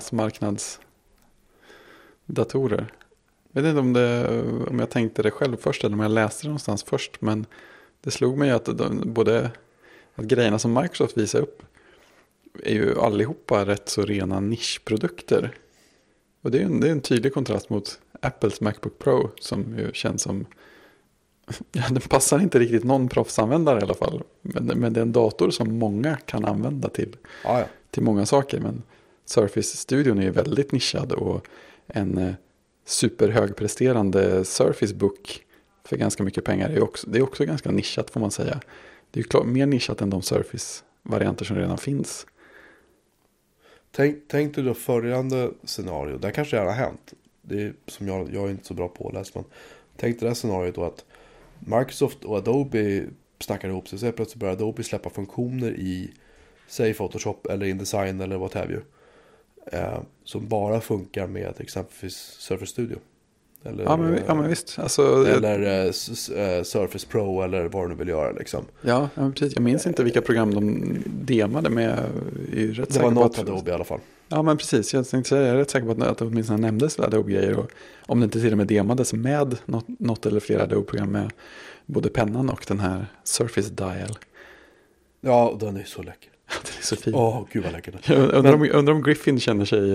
massmarknadsdatorer. Jag vet inte om jag tänkte det själv först eller om jag läste det någonstans först. Men det slog mig att att grejerna som Microsoft visar upp är ju allihopa rätt så rena nischprodukter. Och det är en tydlig kontrast mot Apples Macbook Pro som ju känns som... Ja, den passar inte riktigt någon proffsanvändare i alla fall. Men det är en dator som många kan använda till många saker. Men Surface-studion är ju väldigt nischad och en superhögpresterande Surface Book för ganska mycket pengar det är också ganska nischat får man säga. Det är ju klart mer nischat än de Surface-varianter som redan finns. Tänk dig då följande scenario. Det kanske redan har hänt. Det är som jag är inte så bra på att läsa. Men tänk dig det här scenariot då att Microsoft och Adobe snackar ihop sig. Så plötsligt börjar Adobe släppa funktioner i säg Photoshop eller InDesign eller what have you. Som bara funkar med exempelvis Surface Studio. Eller, ja, men visst. Alltså, eller Surface Pro eller vad du vill göra liksom. Ja, precis. Jag minns inte vilka program de demade med. Det var något Adobe i alla fall. Ja, men precis. Jag tänkte säga, jag är rätt säker på att det åtminstone nämndes Adobe-grejer. Och om det inte till och med demades med något eller flera Adobe-program med både pennan och den här Surface Dial. Ja, den är så läcker. Den är så fin. Gud vad läcker. Undrar om Griffin känner sig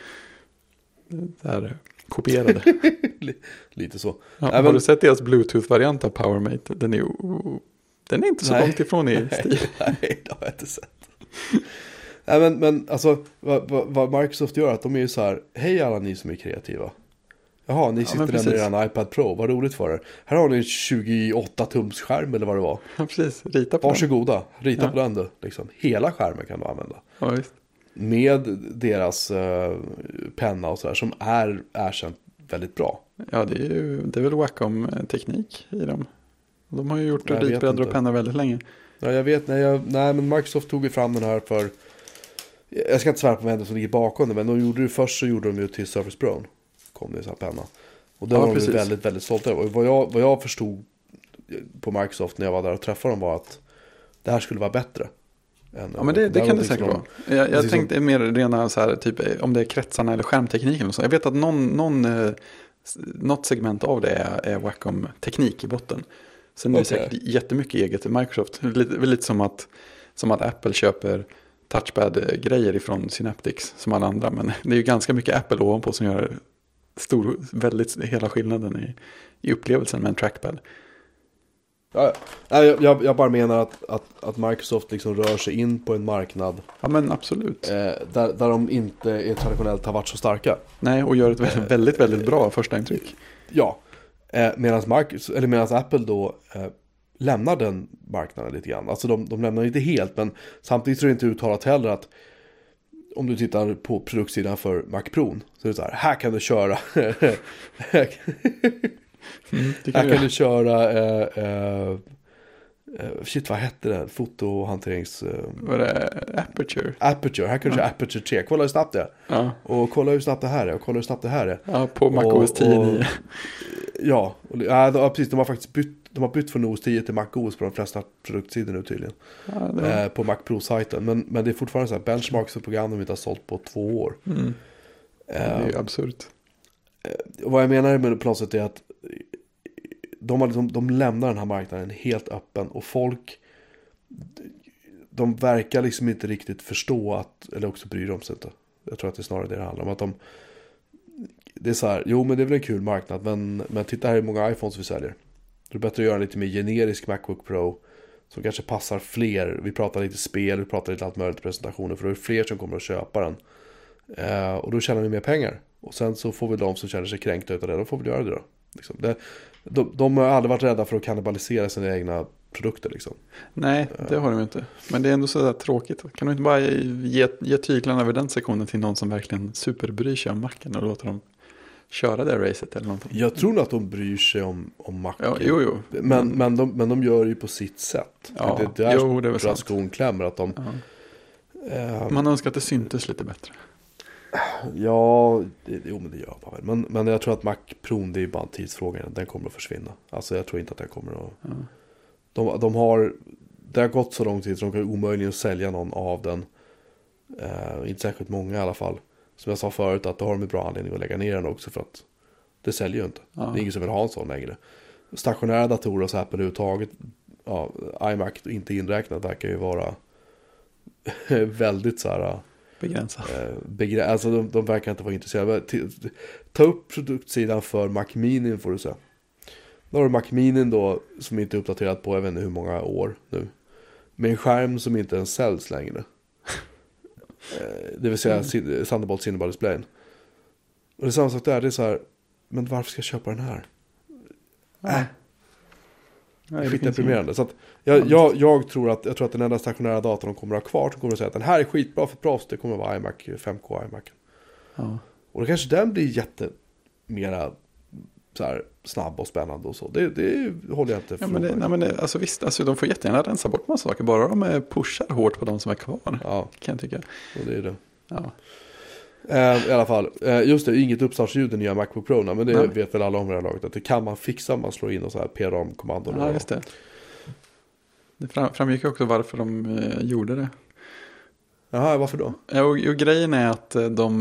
där kopierade. Lite så. Ja, har du sett deras Bluetooth-variant av PowerMate? Den är inte så långt ifrån i stil. Nej, det har jag inte sett. Nej, men alltså vad Microsoft gör att de är ju så här, hej alla ni som är kreativa. Jaha, ni sitter där med en iPad Pro, vad roligt för er. Här har ni en 28-tums skärm eller vad det var. Ja, precis. Rita på Varsågoda, rita på den då. Liksom. Hela skärmen kan du använda. Ja, visst. Med deras penna och sådär som är erkänt väldigt bra. Ja, det är väl Wacom-teknik i dem. De har ju gjort ritbrädor och pennor väldigt länge. Ja, jag vet. Nej, men Microsoft tog ju fram den här för... Jag ska inte svära på vem som ligger bakom det, men de gjorde det först så gjorde de ju till Surface Brown. Kom det så här penna. Och det var de väldigt, väldigt stolta över. Och vad jag förstod på Microsoft när jag var där och träffade dem var att det här skulle vara bättre. Ja, men det kan det säkert vara. Jag tänkte mer rena så här, typ om det är kretsarna eller skärmtekniken. Och så. Jag vet att något segment av det är Wacom-teknik i botten. Sen är det säkert jättemycket eget i Microsoft. Lite som att Apple köper touchpad-grejer ifrån Synaptics som alla andra. Men det är ju ganska mycket Apple ovanpå som gör hela skillnaden i upplevelsen med en trackpad. Ja, jag bara menar att Microsoft liksom rör sig in på en marknad. Ja, men absolut. Där de inte traditionellt har varit så starka. Nej, och gör ett väldigt, väldigt bra första intryck. Ja, medan Apple då lämnar den marknaden lite grann. Alltså de lämnar inte helt, men samtidigt tror jag inte uttalat heller att om du tittar på produktsidan för Mac Pro så är det så här kan du köra här kan du köra vad hette det? Fotohanterings... Var det Aperture? Aperture, här kan du köra Aperture 3. Kolla hur snabbt det är. Ja. Och kolla hur snabbt det här är. Och kolla hur snabbt det här är. Ja, på Mac OS 10. Ja, precis. De har bytt från OS 10 till Mac OS på de flesta produktsidor nu tydligen. Ja, på Mac Pro-sajten. Men det är fortfarande så här benchmarks och program de inte har sålt på 2 år. Det är ju absurt. vad jag menar med på något sätt är att de lämnar den här marknaden helt öppen och folk, de verkar liksom inte riktigt förstå att, eller också bryr de sig inte. Jag tror att det är snarare det handlar om, att det är så här, jo men det är väl en kul marknad, men titta här hur många iPhones vi säljer. Det är bättre att göra en lite mer generisk MacBook Pro som kanske passar fler. Vi pratar lite spel, vi pratar lite allt möjligt presentationer, för då är det fler som kommer att köpa den. Och då tjänar vi mer pengar. Och sen så får vi de som känner sig kränkta utav det, då får vi göra det då. Liksom. De har aldrig varit rädda för att kannibalisera sina egna produkter liksom. Nej, det har de inte. Men det är ändå så där tråkigt. Kan du inte bara ge tyglarna över den sektionen till någon som verkligen superbryr sig om Macen och låta dem köra det racet eller någonting? Jag tror nog att de bryr sig om Mac. Ja, jo. Men de gör det ju på sitt sätt. Ja, det är väl sant. Skon klämmer att de... Man önskar att det syntes lite bättre. Ja, men det gör man väl. Men jag tror att Mac Pro, det är bara en tidsfråga. Den kommer att försvinna. Alltså jag tror inte att den kommer att... Det har gått så lång tid så de kan omöjligen sälja någon av den. Inte särskilt många i alla fall. Som jag sa förut, att då har de en bra anledning att lägga ner den också, för att det säljer ju inte. Det är ingen som vill ha en sån längre. Stationära datorer och så Apple överhuvudtaget, iMac inte inräknat, verkar ju vara väldigt så här begränsat. Alltså de verkar inte vara intresserade. Ta upp produktsidan för Mac Mini får du säga. Då har du Mac Mini då, som inte är uppdaterat på jag vet inte hur många år nu. Med en skärm som inte ens säljs längre. Det vill säga Thunderbolt Cinema displayen. Och det är samma sak där, det är så här, men varför ska jag köpa den här? Nej, skitdeprimerande. Så att jag tror att den enda stationära datorn de kommer att ha kvar, som kommer att säga att den här är skitbra för proffs, det kommer att vara iMac 5K iMac. Ja. Och då kanske den blir mera så här snabb och spännande och så. Det håller jag inte för. Alltså visst, alltså de får jättegärna rensa bort massa saker, bara de pushar hårt på de som är kvar. Ja, kan jag tycka. Och det är det. Ja. I alla fall, just det, inget uppstartsljud i nya MacBook Pro, men det vet väl alla om det här laget, att det kan man fixa om man slår in och så här PROM-kommandon. Ja, just det. Det framgick också varför de gjorde det. Jaha, varför då? Och grejen är att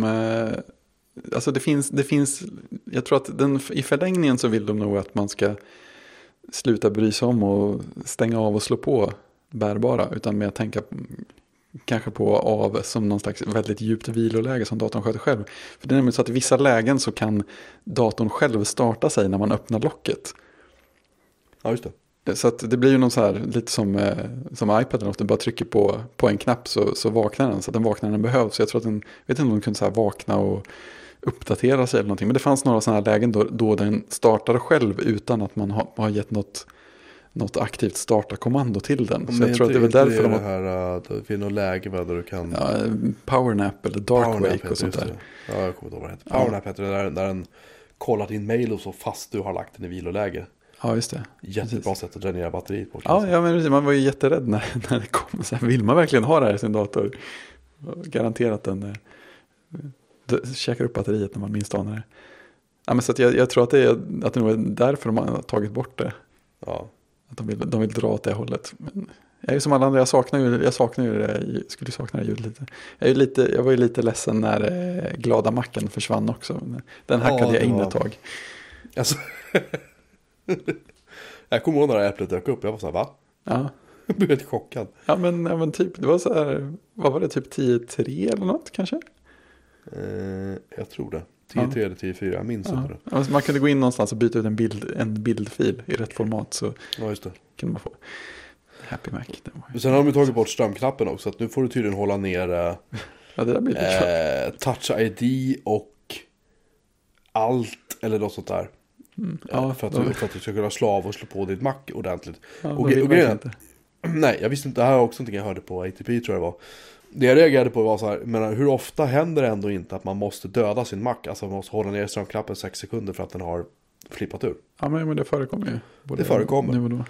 alltså det finns, jag tror att i förlängningen så vill de nog att man ska sluta bry sig om och stänga av och slå på bärbara, utan mer tänka kanske på av som någon slags väldigt djupt viloläge som datorn sköter själv. För det är nämligen så att i vissa lägen så kan datorn själv starta sig när man öppnar locket. Ja, just det. Så att det blir ju någon så här, lite som iPaden, att du bara trycker på en knapp så vaknar den. Så att den vaknar när den behövs. Så jag tror att den, vet inte om den kunde så här vakna och uppdatera sig eller någonting. Men det fanns några sådana här lägen då den startade själv utan att man har gett något aktivt starta-kommando till den. Men så jag tror att det är väl därför det här, det finns något läge där du kan... Ja, powernap eller darkwake och sånt där. Ja, jag kommer inte ihåg vad det heter. Powernap heter det där den kollar din mail och så fast du har lagt den i viloläge. Ja, just det. Jättebra sätt att dränera batteriet på. Ja, men man var ju jätterädd när det kom. Så här, vill man verkligen ha det här i sin dator? Garanterat den käkar upp batteriet när man minst anar det. Ja, men så att jag tror att det nog är därför de har tagit bort det. Ja. Att de vill dra åt det hållet. Men jag är ju som alla andra, jag saknar ju det, skulle sakna det ljudet lite. Jag var ju lite ledsen när glada macken försvann också. Den hackade jag in ett tag. Alltså, jag kommer ihåg när Äpplet dök upp, jag var så här, va? Ja. Jag blev helt chockad. Ja, men typ, det var så här, vad var det, typ 10.3 eller något kanske? Jag tror det. 10.3 eller 10.4, jag minns inte det. Alltså man kunde gå in någonstans och byta ut en bildfil i rätt format, så just det. Kunde man få Happy Mac. Sen har de tagit bort strömknappen också, så att nu får du tydligen hålla ner ja, det där blir Touch ID och allt eller något sånt där. För att du ska kunna slå av och slå på ditt Mac ordentligt. Ja, och inte. Nej, jag visste inte, det här är också någonting jag hörde på ATP tror jag det var. Det jag reagerade på var så här, men hur ofta händer det ändå inte att man måste döda sin Mac? Alltså man måste hålla ner strömknappen 6 sekunder för att den har flippat ur. Ja, men det förekommer ju. Det förekommer. Nu och då.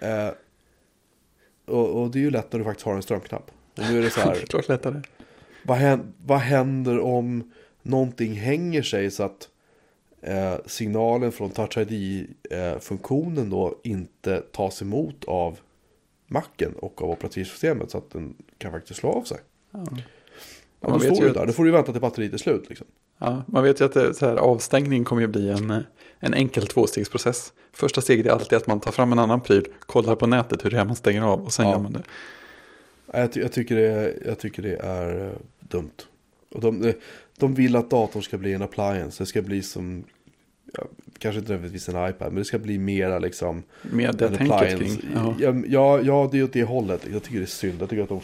Och det är ju lätt när du faktiskt har en strömknapp. Och nu är det så här. Klart lättare. Vad händer om någonting hänger sig så att signalen från Touch ID-funktionen då inte tas emot av Macen och av operativsystemet så att den kan faktiskt slå av sig. Ja, då står du där. Då får du vänta till batteriet är slut liksom. Ja, man vet ju att så här, avstängning kommer ju bli en enkel 2-stegsprocess. Första steget är alltid att man tar fram en annan pryl, kollar på nätet hur det är man stänger av och sen gör man det. Jag tycker det är dumt. Och de vill att datorn ska bli en appliance. Det ska bli som, kanske inte nödvändigtvis en iPad, men det ska bli mera liksom mer det tänket kring. Ja, det är åt det hållet. Jag tycker det är synd. Jag tycker att de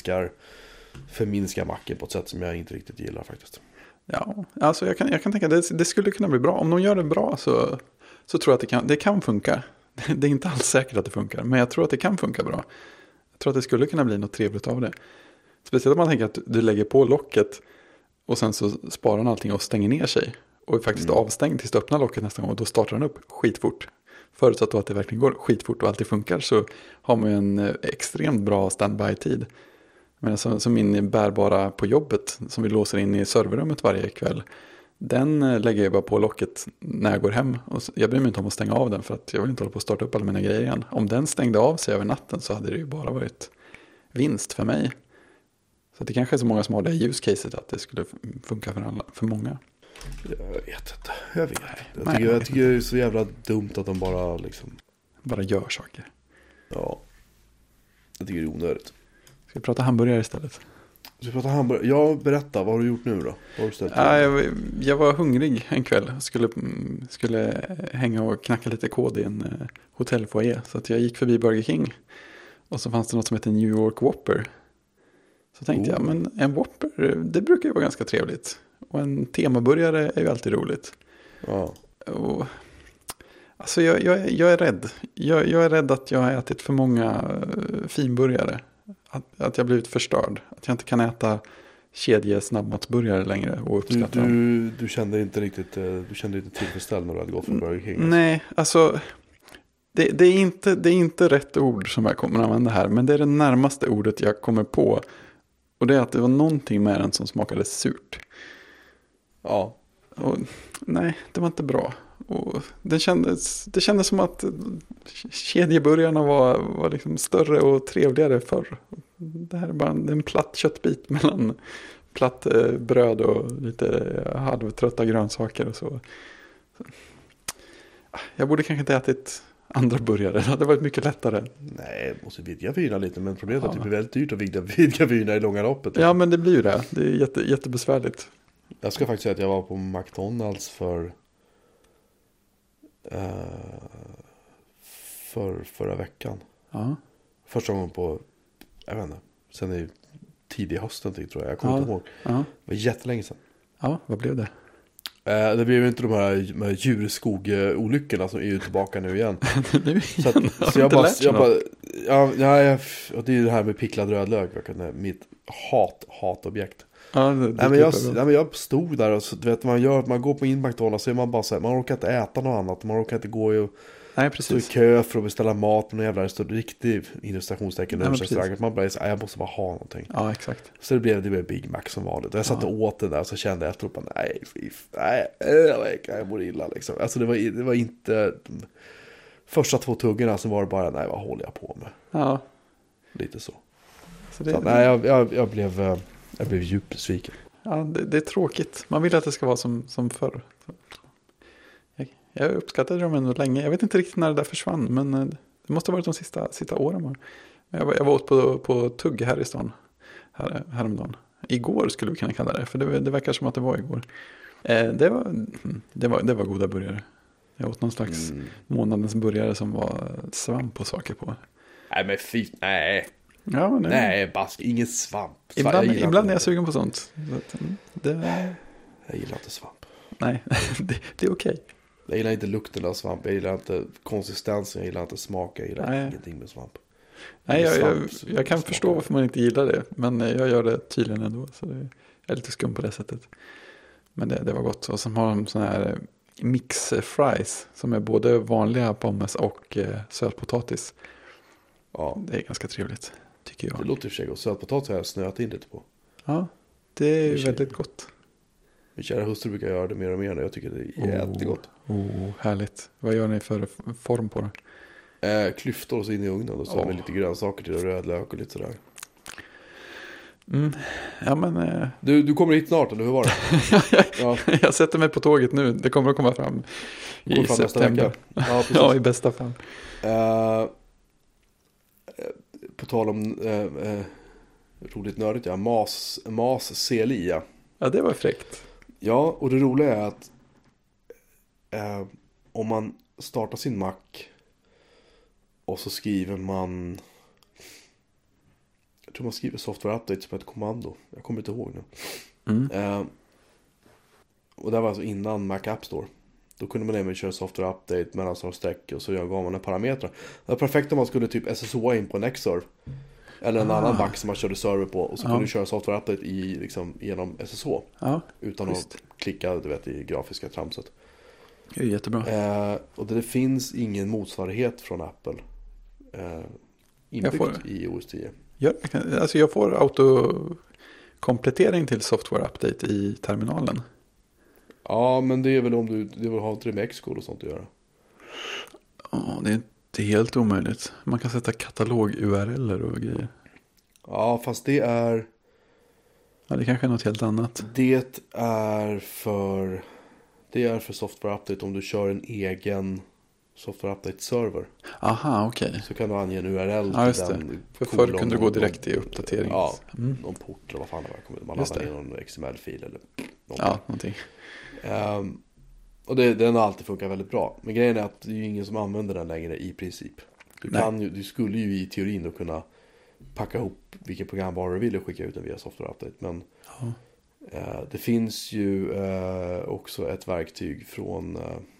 förminskar Macen på ett sätt som jag inte riktigt gillar faktiskt. Ja, alltså jag kan tänka att det skulle kunna bli bra. Om de gör det bra så tror jag att det kan funka. Det är inte alls säkert att det funkar, men jag tror att det kan funka bra. Jag tror att det skulle kunna bli något trevligt av det. Speciellt om man tänker att du lägger på locket och sen så sparar den allting och stänger ner sig. Och är faktiskt avstängd tills du öppnar locket nästa gång och då startar den upp skitfort. Förutsatt då att det verkligen går skitfort och alltid funkar så har man ju en extremt bra standby-tid. Men som min bärbara på jobbet som vi låser in i serverrummet varje kväll. Den lägger jag bara på locket när jag går hem. Och jag bryr mig inte om att stänga av den för att jag vill inte hålla på att starta upp alla mina grejer igen. Om den stängde av sig över natten så hade det ju bara varit vinst för mig. Så det kanske är så många som har det use-caset att det skulle funka för många. Jag vet inte. Jag tycker det är så jävla dumt att de bara liksom... Bara gör saker. Ja. Jag tycker det är onödigt. Ska vi prata hamburgare istället? Ska vi prata hamburgare? Ja, berätta. Vad har du gjort nu då? Jag var hungrig en kväll. Skulle hänga och knacka lite kod i en hotellfoyer. Så att jag gick förbi Burger King. Och så fanns det något som heter New York Whopper. Så tänkte jag, men en Whopper, det brukar ju vara ganska trevligt. Och en temaburgare är ju alltid roligt. Ja. Och, alltså jag är rädd. Jag är rädd att jag har ätit för många finburgare. Att jag blivit förstörd. Att jag inte kan äta snabbmatsburgare längre och uppskatta dem. Du kände inte riktigt tillfredsställd när du hade gått från Burger King? Alltså. Nej, alltså det är inte rätt ord som jag kommer att använda här. Men det är det närmaste ordet jag kommer på. Och det är att det var någonting med den som smakade surt. Ja. Och, nej, det var inte bra. Och det kändes som att kedjeburgarna var liksom större och trevligare förr. Det här är bara en platt köttbit mellan platt bröd och lite halvtrötta grönsaker och så. Jag borde kanske inte ätit andra burgare. Det hade varit mycket lättare. Nej, måste vidga vyerna lite. Men problemet är att det blir väldigt dyrt att vidga vyerna i långa loppet. Ja, men det blir ju det. Det är jättebesvärligt. Jag ska faktiskt säga att jag var på McDonalds förra veckan. Ja. Första gången på, jag vet inte, sen i tidig hösten tror jag. Jag kommer inte ihåg. Ja. Det var jättelänge sedan. Ja, vad blev det? Det blev ju inte de här djurskog-olyckorna som är ju tillbaka nu igen. Så jag bara, och det är ju det här med picklad rödlök, mitt hatobjekt. Ja, men jag stod där och så, du vet, man går på McDonalds så är man bara så här, man orkar inte äta något annat, man orkar inte gå stå i kö för att beställa mat, någon jävla riktig illustrationstecken man bara så här, jag måste bara ha någonting. Ja, exakt. Så det blev Big Mac som vanligt. Jag satt och åt det där och så kände jag efteråt jag mår illa liksom. Alltså det var inte första 2 tuggorna som var det bara, nej, vad håller jag på med? Ja. Lite så. Nej, jag blev djupt besviken. Ja, det är tråkigt. Man vill att det ska vara som förr. Jag uppskattade dem ändå länge. Jag vet inte riktigt när det där försvann. Men det måste ha varit de sista åren. Jag var åt på Tugg här i stan. Häromdagen. Igår skulle vi kunna kalla det. För det verkar som att det var igår. Det var goda burgare. Jag åt någon slags månadens burgare som var svamp och saker på. Nej, men nej. Ja, men nej, bask, ingen svamp. Ibland är jag sugen på sånt. Jag gillar inte svamp. Nej, det är okej. Jag gillar inte lukten av svamp. Jag gillar inte konsistensen. Jag gillar inte smaken. Jag gillar ingenting med svamp. Nej, jag kan förstå varför man inte gillar det. Men jag gör det tydligen ändå. Så jag är lite skum på det sättet. Men det var gott. Och så har de sån här mix fries. Som är både vanliga pommes och sötpotatis. Ja. Det är ganska trevligt, tycker jag. Det låter i och för sig gott. Sötpotatis har jag snöat in lite på. Ja, det är väldigt gott. Min kära hustru brukar göra det mer och mer. Jag tycker det är jättegott. Härligt. Vad gör ni för form på det? Klyftor och så in i ugnen. Och så med lite grönsaker till och rödlök och lite sådär. Ja, men... Du kommer hit snart, eller hur var det? Ja. Jag sätter mig på tåget nu. Det kommer att komma fram i september. Ja, i bästa fall. På tal om roligt nördigt, ja. Mas CLI, ja. Ja, det var fräckt. Ja, och det roliga är att om man startar sin Mac och så skriver man, jag tror man skriver software update som ett kommando. Jag kommer inte ihåg nu. Och det var alltså innan Mac App Store. Då kunde man även köra software update mellan streck och så gav man en parametrar. Det var perfekt om man skulle typ SSO in på en Xserve. Eller en annan Mac som man körde server på. Och så kunde du köra software update genom SSH. Utan att klicka i grafiska tramset. Det är jättebra. Och det finns ingen motsvarighet från Apple. Inbyggt i OS 10. Jag får autokomplettering till software update i terminalen. Ja, men det är väl om du har inte det med Xcode och sånt att göra. Ja, det är inte helt omöjligt. Man kan sätta katalog-URLer och grejer. Ja, fast det är... Ja, det kanske är något helt annat. Det är för software update om du kör en egen software update-server. Aha, okej. Så kan du ange en URL till den. För förr kunde du gå direkt i uppdatering. Ja, någon port eller vad fan det var. Man laddar in någon XML-fil eller någonting. Ja, någonting. Och den har alltid funkat väldigt bra. Men grejen är att det är ju ingen som använder den längre i princip. Du skulle ju i teorin då kunna packa ihop vilken programvara du vill och skicka ut den via software update. Men det finns ju också ett verktyg från...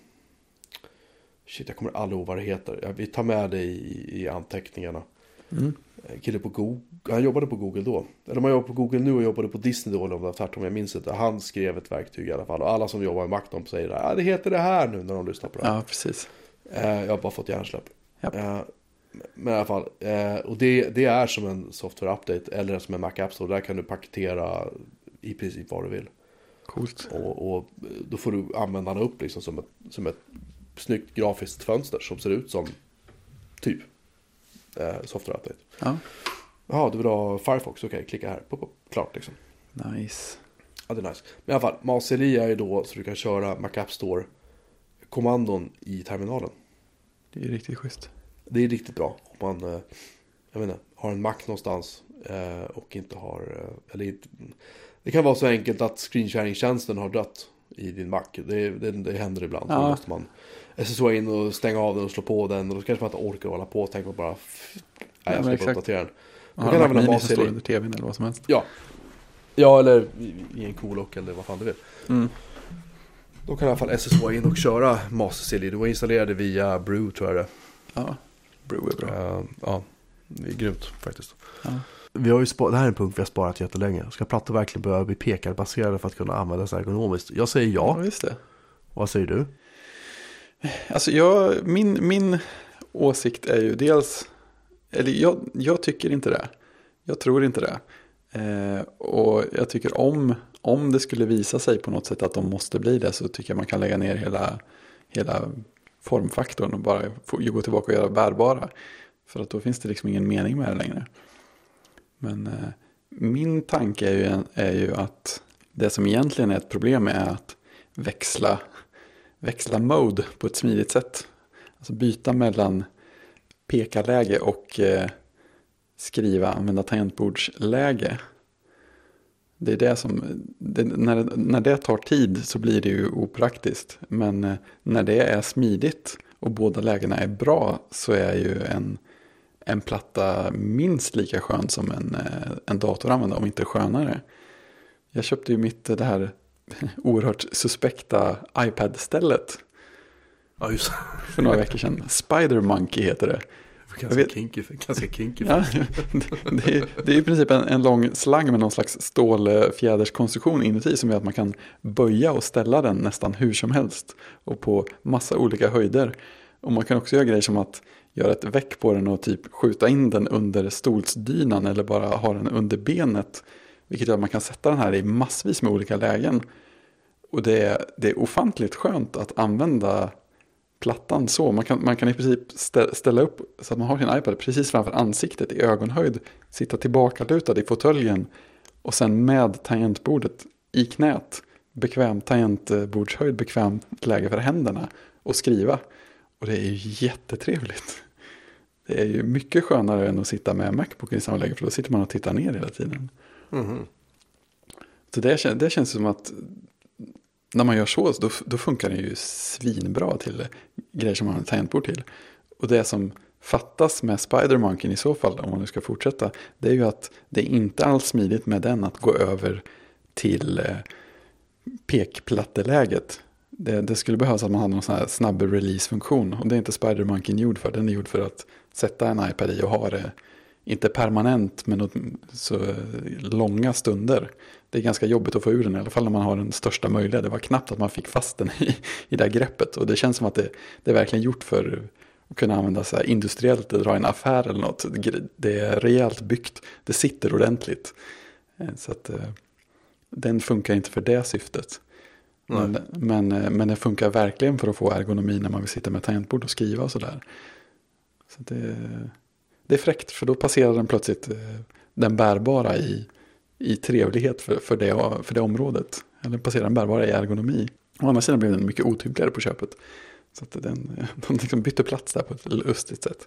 jag kommer aldrig ihåg vad det heter. Vi tar med det i anteckningarna. Kille på Google, han jobbade på Google då. Eller man jobbar på Google nu och jobbade på Disney då. Eller om det var tvärtom, jag minns inte. Han skrev ett verktyg i alla fall. Och alla som jobbar i Mac de säger det heter det här nu när de lyssnar på det. Ja, precis. Jag har bara fått hjärnsläpp. Japp. Men i alla fall. Och det är som en software update. Eller som en Mac App Store. Där kan du paketera i princip vad du vill. Coolt. Och då får du använda den upp liksom som ett snyggt grafiskt fönster som ser ut som typ software update. Ja. Jaha, du vill ha Firefox, okej, klicka här. Pop, klart liksom. Nice. Ja, det är nice. Men i alla fall, Mas CLI är ju då så du kan köra Mac App Store kommandon i terminalen. Det är riktigt schysst. Det är riktigt bra om man har en Mac någonstans och inte har eller det kan vara så enkelt att screensharing-tjänsten har dött i din Mac. Det händer ibland. Så måste man SSO in och stänga av den och slå på den. Och då kanske man inte orkar hålla på och tänka bara jag ska bara uppdatera den. Då kan använda Mas CLI under tvn eller vad som helst. Ja, eller i en kolok eller vad fan du vill. Då kan i alla fall SSO in och köra Mas CLI. Du var installerade via Brew, tror jag det. Ja, Brew är bra. Ja, det är grymt faktiskt. Ja. Vi har ju det här är en punkt vi har sparat jättelänge. Ska plattor verkligen börja bli pekarbaserade för att kunna användas ergonomiskt? Jag säger ja. Ja, just det. Vad säger du? Alltså min åsikt är ju dels, eller jag tycker inte det. Jag tror inte det. Och jag tycker om det skulle visa sig på något sätt att de måste bli det, så tycker jag man kan lägga ner hela formfaktorn och bara gå tillbaka och göra bärbara. För att då finns det liksom ingen mening med det längre. Men min tanke är ju att det som egentligen är ett problem är att växla mode på ett smidigt sätt. Alltså byta mellan pekarläge och använda tangentbordsläge. Det är det som, när det tar tid så blir det ju opraktiskt. Men när det är smidigt och båda lägena är bra, så är ju en platta minst lika skön som en dator använder, om inte skönare. Jag köpte ju det här oerhört suspekta iPad-stället för några veckor sedan. Spider Monkey heter det. Ganska kinky. Ja, det är i princip en lång slang med någon slags stålfjäderskonstruktion inuti som gör att man kan böja och ställa den nästan hur som helst och på massa olika höjder. Och man kan också göra grejer som att göra ett väck på den och typ skjuta in den under stolsdynan eller bara ha den under benet, vilket gör att man kan sätta den här i massvis med olika lägen. Och det är ofantligt skönt att använda plattan så. Man kan i princip ställa upp så att man har sin iPad precis framför ansiktet i ögonhöjd, sitta tillbaka lutad i fåtöljen Och sen med tangentbordet i knät, bekväm tangentbordshöjd, bekvämt läge för händerna och skriva. Och det är ju jättetrevligt. Det är ju mycket skönare än att sitta med Macbooken i samma läge, för då sitter man och tittar ner hela tiden. Mm. Så det känns som att när man gör så, då funkar det ju svinbra till grejer som man har tangentbord till. Och det som fattas med Spider-Monkey i så fall, om man nu ska fortsätta, det är ju att det är inte alls smidigt med den att gå över till pekplatteläget. Det skulle behövas att man hade någon sån här snabb release-funktion, och det är inte Spider-Monkey gjord för. Den är gjord för att sätta en iPad i och ha det, inte permanent, men så långa stunder. Det är ganska jobbigt att få ur den, i alla fall när man har den största möjliga. Det var knappt att man fick fast den i det här greppet. Och det känns som att det är verkligen gjort för att kunna använda så här industriellt, dra en affär eller något. Det är rejält byggt, det sitter ordentligt. Så att den funkar inte för det syftet. Men det funkar verkligen för att få ergonomi när man vill sitta med tangentbord och skriva och sådär. Så det är fräckt, för då passerar den plötsligt den bärbara i trevlighet för det området. Eller passerar den bärbara i ergonomi. Å andra sidan blev den mycket otympligare på köpet. Så att de liksom bytte plats där på ett lustigt sätt.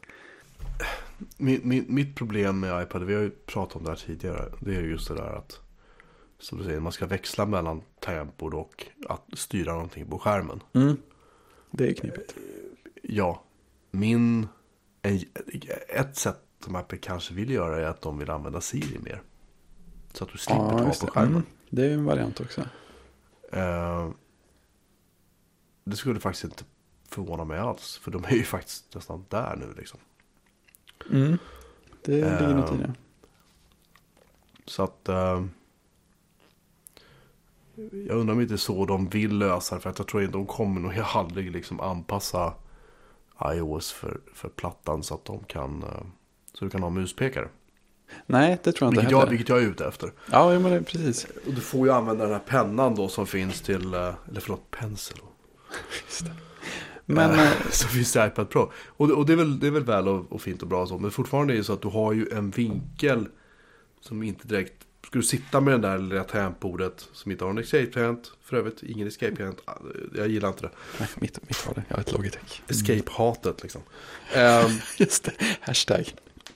Mitt problem med iPad, vi har ju pratat om det här tidigare, det är just det där att, som du säger, man ska växla mellan tangentbord och att styra någonting på skärmen. Mm. Det är knepigt. Ja. Ett sätt som Apple kanske vill göra är att de vill använda Siri mer. Så att du slipper ta på skärmen. Mm. Det är en variant också. Det skulle faktiskt inte förvåna mig alls. För de är ju faktiskt nästan där nu liksom. Mm. Det ligger något i det. Så att jag undrar om inte så de vill lösa det. För att jag tror att de kommer nog aldrig liksom anpassa iOS för plattan så att de kan, så du kan ha muspekare. Nej, det tror jag inte heller. Vilket jag är ute efter. Ja, men det är precis. Och du får ju använda den här pennan då som finns till, pensel. Just det. Men så finns det iPad Pro. Och det är väl väl och fint och bra så. Men fortfarande är det så att du har ju en vinkel som inte direkt. Ska du sitta med den där lilla tangentbordet som inte har en escape-tangent, för övrigt ingen escape-tangent, jag gillar inte det. Nej, mitt har det, jag har ett Logitech. Escape-hatet liksom. Just det, hashtag.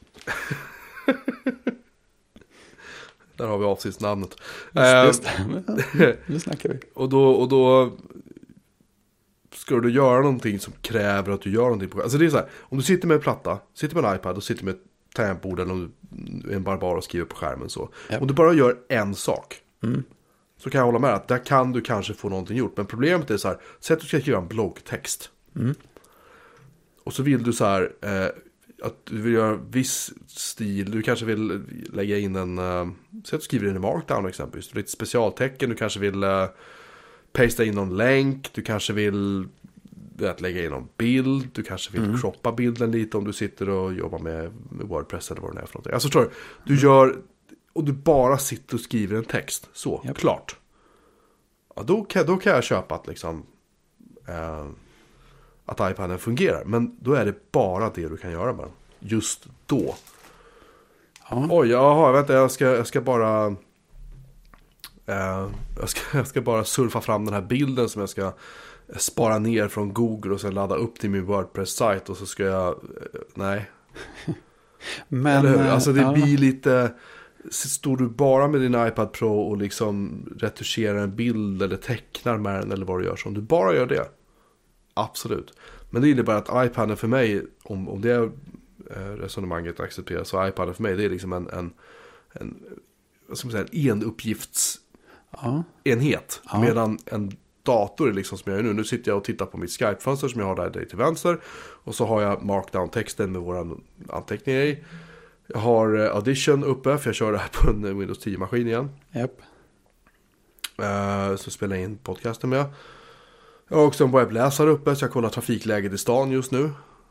Där har vi avsnittsnamnet. Just det, nu snackar vi. Och då ska du göra någonting som kräver att du gör någonting på. Alltså det är så här, om du sitter med en platta, sitter med en iPad och sitter med ett tangentbord eller om du är en barbar och skriver på skärmen så. Yep. Om du bara gör en sak så kan jag hålla med att där kan du kanske få någonting gjort. Men problemet är så här, säg att du ska skriva en bloggtext. Och så vill du så här att du vill göra viss stil, du kanske vill lägga in en säg att du skriver in en markdown exempelvis, lite specialtecken, du kanske vill pasta in någon länk, du kanske vill lägga in någon bild, du kanske vill croppa bilden lite om du sitter och jobbar med WordPress eller vad det är för någonting. Alltså tror du gör, och du bara sitter och skriver en text, så, klart. Ja, då kan jag köpa att liksom att iPaden fungerar, men då är det bara det du kan göra med den. Just då. Ja. Oj, vänta, jag ska bara jag ska bara surfa fram den här bilden som jag ska spara ner från Google och sen ladda upp till min WordPress-sajt och så ska jag nej. Men alltså det blir lite, står du bara med din iPad Pro och liksom retuscherar en bild eller tecknar med den eller vad du gör, så om du bara gör det, absolut. Men det innebär att iPaden för mig, om det resonemanget accepteras, så iPaden för mig det är liksom en vad ska man säga, en uppgiftsenhet. Medan en dator är liksom som jag gör nu. Nu sitter jag och tittar på mitt Skype-fönster som jag har där till vänster. Och så har jag markdown-texten med våra anteckningar i. Jag har Audition uppe för jag kör det här på en Windows 10-maskin igen. Yep. Så spelar jag in podcasten med. Jag har också en webbläsare uppe så jag kollar trafikläget i stan just nu.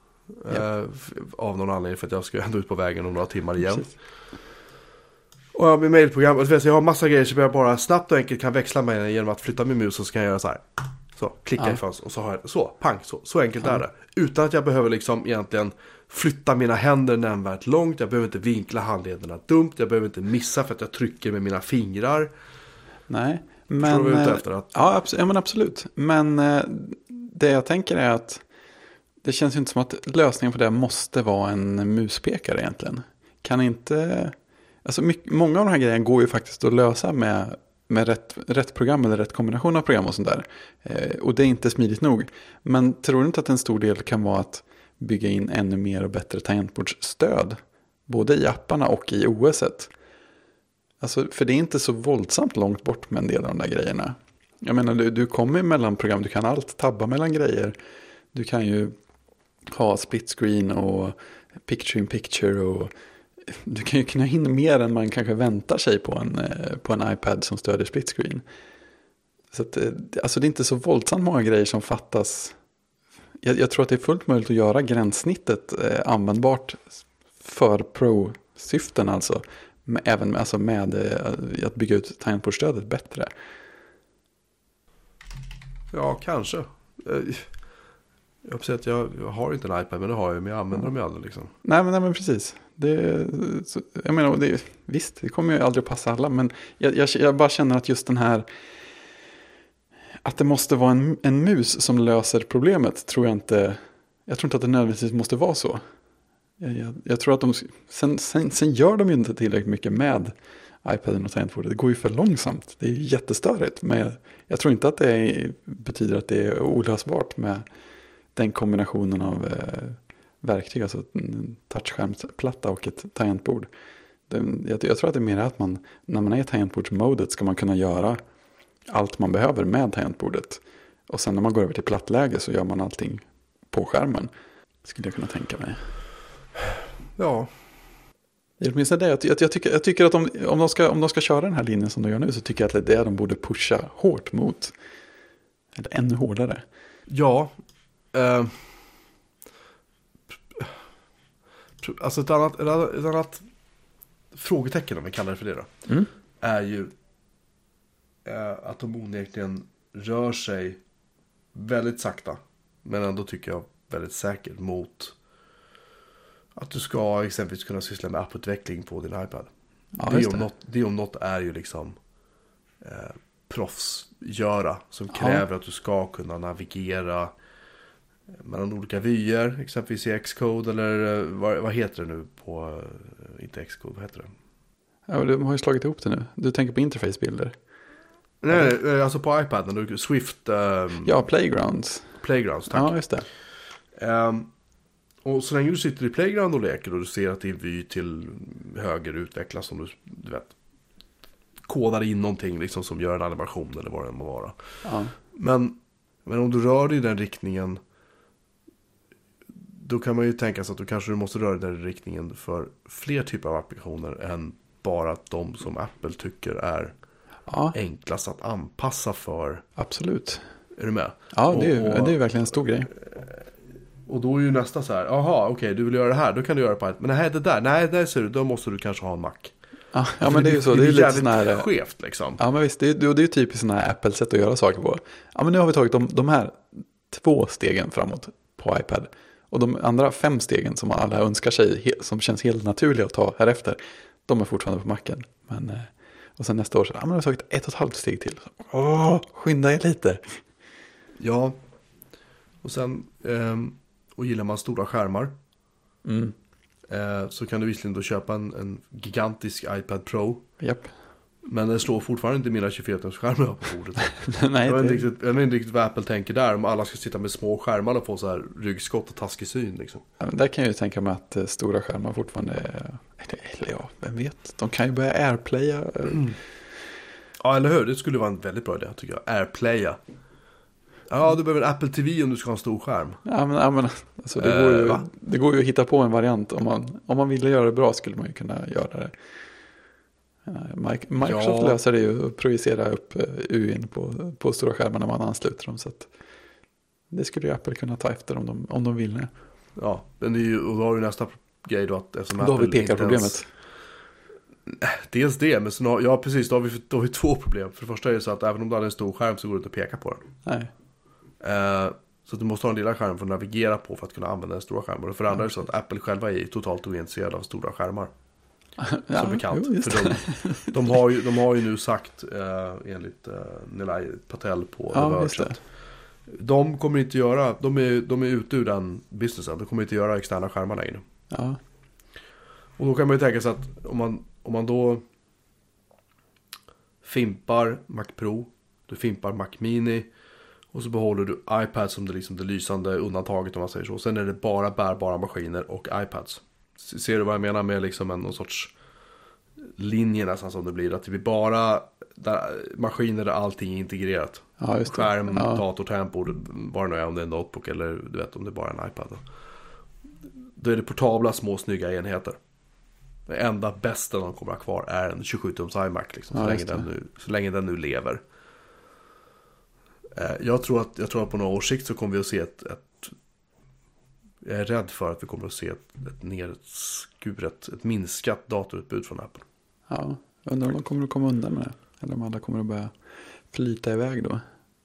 Av någon anledning för att jag ska ändå ut på vägen om några timmar igen. Precis. Och jag har min mailprogram, jag har massa grejer som jag bara snabbt och enkelt kan växla med genom att flytta min mus och så kan jag göra så här. Så, klicka i fönster och så har jag så, pang, så enkelt är det. Utan att jag behöver liksom egentligen flytta mina händer nämnvärt långt. Jag behöver inte vinkla handlederna dumt. Jag behöver inte missa för att jag trycker med mina fingrar. Nej, men... Ja, men absolut. Men det jag tänker är att det känns ju inte som att lösningen på det måste vara en muspekare egentligen. Kan inte... Alltså många av de här grejerna går ju faktiskt att lösa med rätt program eller rätt kombination av program och sånt där. Och det är inte smidigt nog. Men tror du inte att en stor del kan vara att bygga in ännu mer och bättre tangentbordsstöd? Både i apparna och i OS:et. Alltså, för det är inte så våldsamt långt bort med en del av de där grejerna. Jag menar, du kommer mellan program, du kan allt tabba mellan grejer. Du kan ju ha split screen och picture in picture och du kan ju kunna in mer än man kanske väntar sig på en iPad som stöder split screen. Så att, alltså det är inte så våldsamt många grejer som fattas. Jag tror att det är fullt möjligt att göra gränssnittet användbart för pro-syften alltså. Även alltså med att bygga ut tangentbordsstödet bättre. Ja, kanske. Jag säger att jag har inte en iPad, men det har jag, men jag använder dem ju aldrig liksom. Nej men precis. Jag menar, visst, det kommer ju aldrig att passa alla, men jag bara känner att just den här, att det måste vara en mus som löser problemet, tror jag inte att det nödvändigtvis måste vara så. Jag tror att sen gör de ju inte tillräckligt mycket med iPaden och tangentbordet. Det går ju för långsamt. Det är ju jättestörigt. Men jag tror inte att det betyder att det är olösbart med den kombinationen av verktyg. Alltså en touchskärmsplatta och ett tangentbord. Jag tror att det är mer att när man är i tangentbordsmodet ska man kunna göra allt man behöver med tangentbordet. Och sen när man går över till plattläge så gör man allting på skärmen. Skulle jag kunna tänka mig. Ja. Det är åtminstone det. Jag tycker att om de ska köra den här linjen som de gör nu, så tycker jag att det är det de borde pusha hårt mot. Eller ännu hårdare. Ja. Alltså ett annat frågetecken, om vi kallar det för det då. Är ju att de onekligen rör sig väldigt sakta. Men ändå tycker jag väldigt säkert mot att du ska exempelvis kunna syssla med apputveckling på din iPad. Ja, det om något är ju liksom proffsgöra som kräver att du ska kunna navigera mellan olika vyer, exempelvis i Xcode eller vad heter det nu på, inte Xcode, vad heter det? Ja, de har ju slagit ihop det nu. Du tänker på interfacebilder. Nej, alltså på iPaden, Swift. Ja, Playgrounds, tack. Ja, just det. Och så länge du sitter i Playground och leker och du ser att din vy till höger utvecklas, som du vet, kodar in någonting liksom som gör en animation eller vad det må vara. Ja. Men om du rör dig i den riktningen, då kan man ju tänka sig att du kanske måste röra dig i den riktningen för fler typer av applikationer än bara de som Apple tycker är enklast att anpassa för. Absolut. Är du med? Ja, det är ju verkligen en stor grej. Och då är ju nästa så här, okej, du vill göra det här, då kan du göra det på ett. Men det där, nej ser du, då måste du kanske ha en Mac. Ja, men det är ju så. Det är lite sån här skevt liksom. Ja, men visst, det är ju typiskt sån här Apple-sätt att göra saker på. Ja, men nu har vi tagit de här 2 stegen framåt på iPad. Och de andra 5 stegen som alla önskar sig, som känns helt naturliga att ta här efter, de är fortfarande på Macen. Men, och sen nästa år så men har vi tagit 1,5 steg till. Skynda er lite. Ja. Och sen, och gillar man stora skärmar, så kan du visserligen då köpa en gigantisk iPad Pro. Japp. Men det slår fortfarande inte mina 24-tumsskärmar på bordet. Nej, jag vet inte riktigt vad Apple tänker där. Om alla ska sitta med små skärmar och få så här ryggskott och taskig syn liksom. Ja, men där kan jag ju tänka mig att stora skärmar fortfarande eller ja, vem vet. De kan ju börja airplaya. Ja, eller hur? Det skulle vara en väldigt bra idé, tycker jag. Airplaya. Ja, du behöver en Apple TV om du ska ha en stor skärm. Ja, men alltså, det går ju att hitta på en variant. Om man ville göra det bra skulle man ju kunna göra det. Microsoft löser det ju att projicera upp UIn på stora skärmar när man ansluter dem. Så att det skulle ju Apple kunna ta efter om de vill det. Ja, men och då har vi nästa grej då. Att då har vi pekarproblemet. Dels det, men sen precis, då har vi 2 problem. För det första är det så att även om du har en stor skärm så går det inte att peka på den. Nej. Så du måste ha en lilla skärm för att navigera på för att kunna använda den stora skärmen. Och för det andra är det så att Apple själva är totalt ointresserade av stora skärmar. Som bekant. Jo, för de har ju nu sagt enligt Nilay Patel på The Verge. De kommer inte göra, de är ute ur den businessen. De kommer inte göra externa skärmar längre. Ja. Och då kan man ju tänka sig att om man då fimpar Mac Pro, du fimpar Mac Mini och så behåller du iPad som det lysande undantaget om man säger så. Sen är det bara bärbara maskiner och iPads. Ser du vad jag menar med liksom någon sorts linje nästan som det blir? Att det blir bara maskiner där allting är integrerat. Ja, just det. Skärm, dator, tangentbord, vad det nu är, om det är en notebook eller du vet om det är bara en iPad. Då är det portabla små snygga enheter. Det enda bästa de kommer att ha kvar är en 27-tums iMac liksom, så länge den nu lever. Jag tror att på några års sikt så kommer vi att se jag är rädd för att vi kommer att se ett nedskuret, ett minskat datorutbud från Apple. Ja, undrar om de kommer att komma undan med det. Eller om alla kommer att börja flyta iväg då.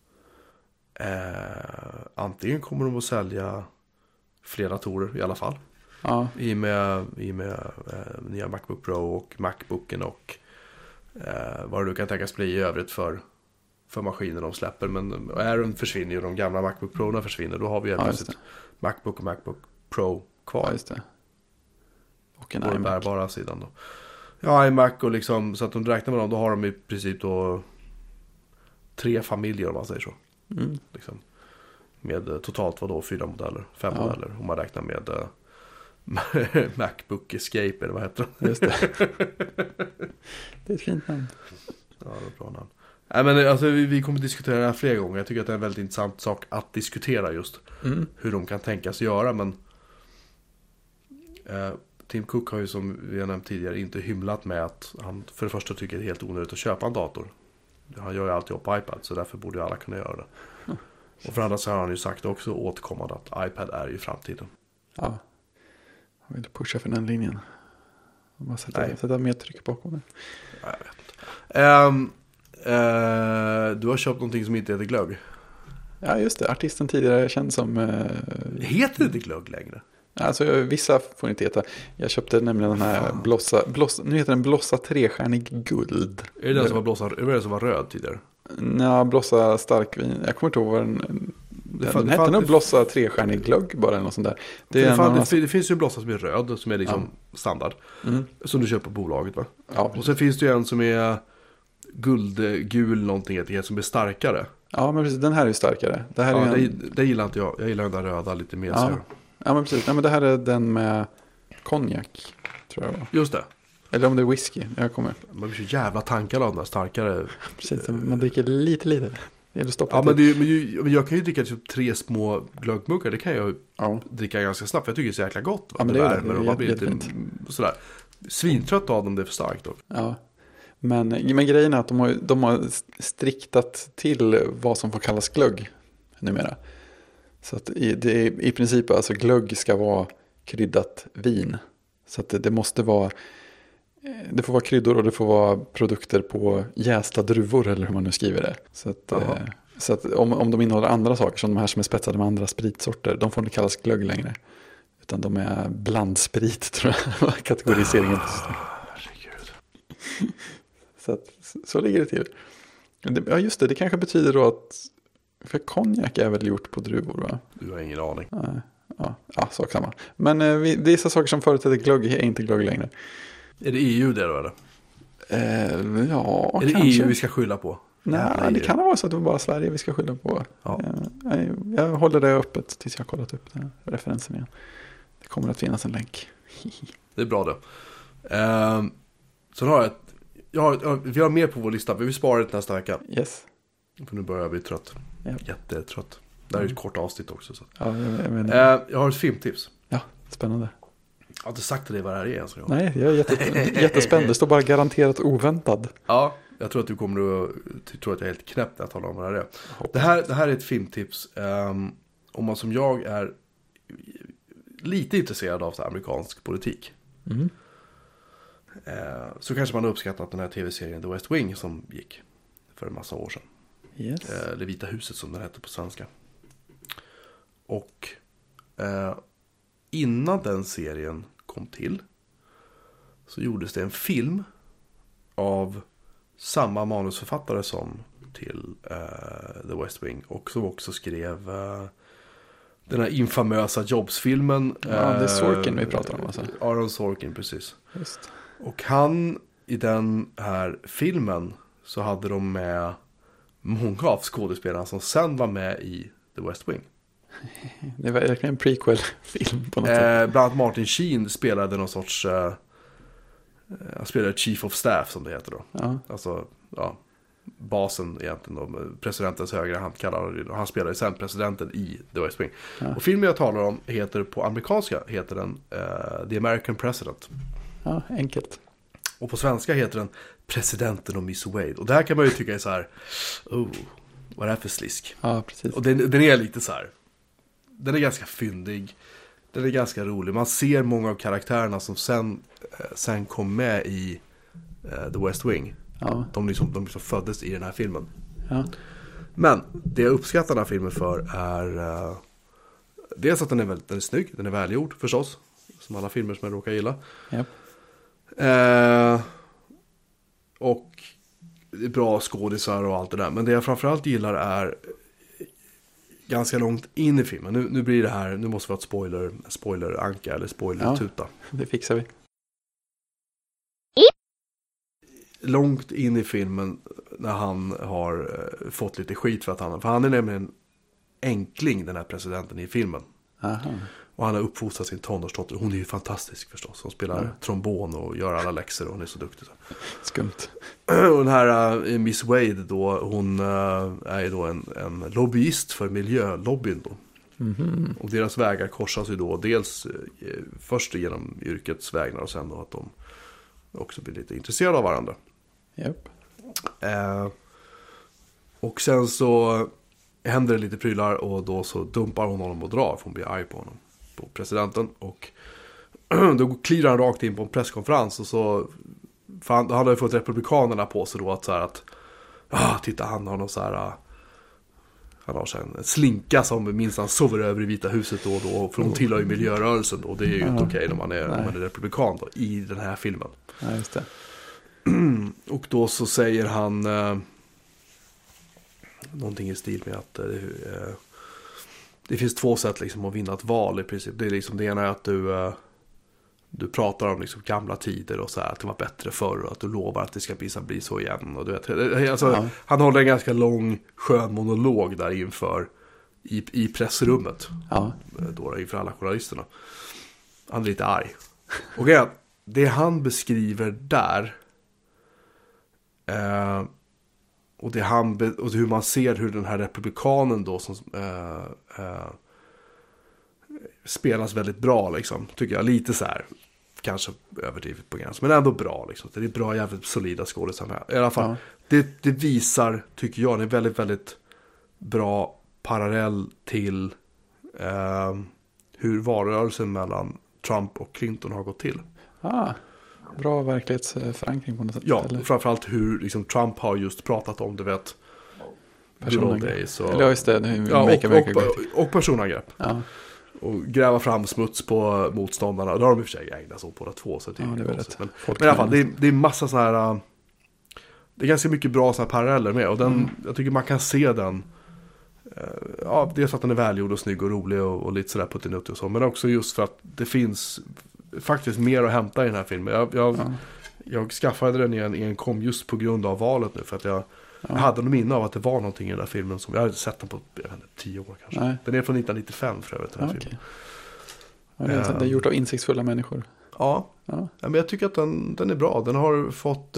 Antingen kommer de att sälja fler datorer i alla fall. Ja. I med nya MacBook Pro och Macbooken och vad du kan tänkas bli i övrigt för maskiner de släpper. Men Aeron försvinner ju, de gamla MacBook Pro försvinner. Då har vi plötsligt Macbook och Macbook Pro kvar. Ja, just det. Och en på den iMac. bärbara sidan då. Ja, iMac och liksom, så att de räknar med dem, då har de i princip då 3 familjer om man säger så. Mm. Liksom. Med totalt 4 modeller, 5 modeller. Om man räknar med Macbook Escape eller vad heter det? Just det. Det är ett fint namn. Ja, det är ett bra namn. Nej, men alltså, vi kommer diskutera det här fler gånger. Jag tycker att det är en väldigt intressant sak att diskutera just. Hur de kan tänkas göra. Men Tim Cook har ju, som vi har nämnt tidigare, inte hymlat med att han för det första tycker det är helt onödigt att köpa en dator. Han gör ju alltid upp på iPad, så därför borde ju alla kunna göra det. Och för andra så har han ju sagt också återkommande att iPad är ju framtiden. Ja, jag vill pusha för den linjen. Bara sätta mer tryck bakom det. Nej, jag vet inte. Du har köpt någonting som inte heter glögg. Ja, just det. Artisten tidigare känd som... Heter det inte glögg längre? Alltså, vissa får inte heta. Jag köpte nämligen den här nu heter den Blossa 3-stjärnig guld. Är det den som var den som var röd tidigare? Nej, Blossa starkvin. Jag kommer inte ihåg vad den hette nog Blossa 3-stjärnig glögg bara eller något sånt där. Det finns ju en Blossa som är röd, som är liksom standard. Som du köper på bolaget, va? Ja, och sen finns det ju en som är guldgul någonting som är starkare. Ja, men precis, den här är ju starkare. Det här det gillar inte jag. Jag gillar den där röda lite mer. Ja, men precis. Nej, men det här är den med konjak, tror jag. Just det. Eller om det är whisky. Man blir så jävla tankad av den där starkare. Precis, man dricker lite. Men jag kan ju dricka typ 3 små glöggmuggar. Det kan jag dricka ganska snabbt. Jag tycker det är så jäkla gott. Ja, men det är man blir lite sådär. Svintrött av dem, det är för starkt då. Ja. Men grejen är att de har striktat till vad som får kallas glögg numera. Så att i princip alltså glögg ska vara kryddat vin. Så att det måste vara, det får vara kryddor och det får vara produkter på jästa druvor eller hur man nu skriver det. Så att om de innehåller andra saker som de här som är spetsade med andra spritsorter, de får inte kallas glögg längre. Utan de är blandsprit, tror jag, kategoriseringen. Så ligger det till. Ja, just det. Det kanske betyder då att... För konjak är väl gjort på druvor, va? Du har ingen aning. Ja, sak samma. Men vissa saker som förut hette glögg är inte glögg längre. Är det EU det då, eller? Ja, är det kanske. EU vi ska skylla på? Nej, det kan vara så att det var bara Sverige vi ska skylla på. Ja. Jag håller det öppet tills jag har kollat upp den här referensen igen. Det kommer att finnas en länk. Det är bra det. Så har vi har mer på vår lista. Vi vill spara det nästa vecka. Yes. För nu börjar jag bli trött. Ja. Jättetrött. Det här är ett kort avsnitt också. Så. Ja, jag har ett filmtips. Ja, spännande. Jag har inte sagt till dig vad det här är ens. Nej, jag är jättespänd. Det står bara garanterat oväntad. Ja, jag tror att du kommer att tro att jag är helt knäppt när jag talar om vad det är. Det här är ett filmtips. Om man som jag är lite intresserad av amerikansk politik. Så kanske man har uppskattat den här tv-serien The West Wing som gick för en massa år sedan. Yes. Eller Vita huset som den heter på svenska. Och innan den serien kom till så gjordes det en film av samma manusförfattare som till The West Wing. Och som också skrev den här infamösa Jobs-filmen. Ja, det är Sorkin vi pratar om alltså. Aaron Sorkin, precis. Just. Och han, i den här filmen så hade de med många av skådespelarna som sen var med i The West Wing. Det var verkligen en prequel-film på något sätt. Bland annat Martin Sheen spelade någon sorts han spelade Chief of Staff som det heter då. Ja. Alltså, ja, basen egentligen då, presidentens högra hand kallar det. Han spelade sen presidenten i The West Wing. Ja. Och filmen jag talar om heter på amerikanska heter den The American President. Ja, enkelt. Och på svenska heter den Presidenten och Miss Wade. Och det här kan man ju tycka är så här, vad är det här för slisk? Ja, precis. Och den är lite så här, den är ganska fyndig. Den är ganska rolig. Man ser många av karaktärerna som sen kom med i The West Wing. Ja. De liksom föddes i den här filmen. Ja. Men det jag uppskattar den här filmen för är dels att den är snygg. Den är välgjord förstås. Som alla filmer som jag råkar gilla. Yep. Och det är bra skådisar och allt det där. Men det jag framförallt gillar är ganska långt in i filmen. Nu blir det här, nu måste vi ha ett spoiler-anka eller spoiler-tuta. Ja, det fixar vi. Långt in i filmen när han har fått lite skit för han är nämligen enkling, den här presidenten i filmen. Aha. Och han har uppfostrat sin tonårsdotter. Hon är ju fantastisk förstås. Hon spelar trombon och gör alla läxor och hon är så duktig. Skumt. Och den här Miss Wade då, hon är ju då en lobbyist för miljölobbyn då. Mm-hmm. Och deras vägar korsas ju då dels först genom yrkets vägnar och sen då att de också blir lite intresserade av varandra. Yep. Och sen så händer det lite prylar och då så dumpar hon honom och drar för hon blir arg på honom, på presidenten. Och då kliver han rakt in på en presskonferens och så, för han hade ju fått republikanerna på sig då att så här att titta, han har någon så här, han har en slinka som minst han sover över i Vita huset då och då, för hon tillhör ju miljörörelsen då, det är ju inte okej när man är republikan då, i den här filmen. Ja, just det. Och då så säger han någonting i stil med att det finns två sätt liksom att vinna ett val i princip. Det är liksom, det ena är att du pratar om liksom gamla tider och så här, att det var bättre förr och att du lovar att det ska bli så igen. Och du vet, alltså, han håller en ganska lång skön monolog där inför i pressrummet. Ja. Då inför alla journalisterna. Han är lite arg. Och det han beskriver där och och hur man ser hur den här republikanen då som spelas väldigt bra liksom, tycker jag, lite så här kanske överdrivet på gränsen, men ändå bra liksom. Det är bra, jävligt solida skådespelare i alla fall. Ja. Det visar, tycker jag, det är väldigt, väldigt bra parallell till hur valrörelsen mellan Trump och Clinton har gått till. Bra verklighetsförankring på något sätt. Ja, eller? Framförallt hur liksom, Trump har just pratat om, du vet, personangrepp. Eller just det, och personangrepp. Ja. Och gräva fram smuts på motståndarna. Det har de i och för sig ägnat sig åt båda två. Så det är rätt. Men i alla fall, det är massa så här. Det är ganska mycket bra så här paralleller med. Och jag tycker man kan se den. Dels att den är välgjord och snygg och rolig och lite sådär puttinuttig och så. Men också just för att det finns faktiskt mer att hämta i den här filmen. Jag skaffade den i en kom just på grund av valet nu. För att jag hade någon minne av att det var någonting i den där filmen som jag hade sett den på 10 år kanske. Nej. Den är från 1995 för övrigt, den här filmen. Ja, det är gjort av insiktsfulla människor. Ja, men jag tycker att den är bra. Den har fått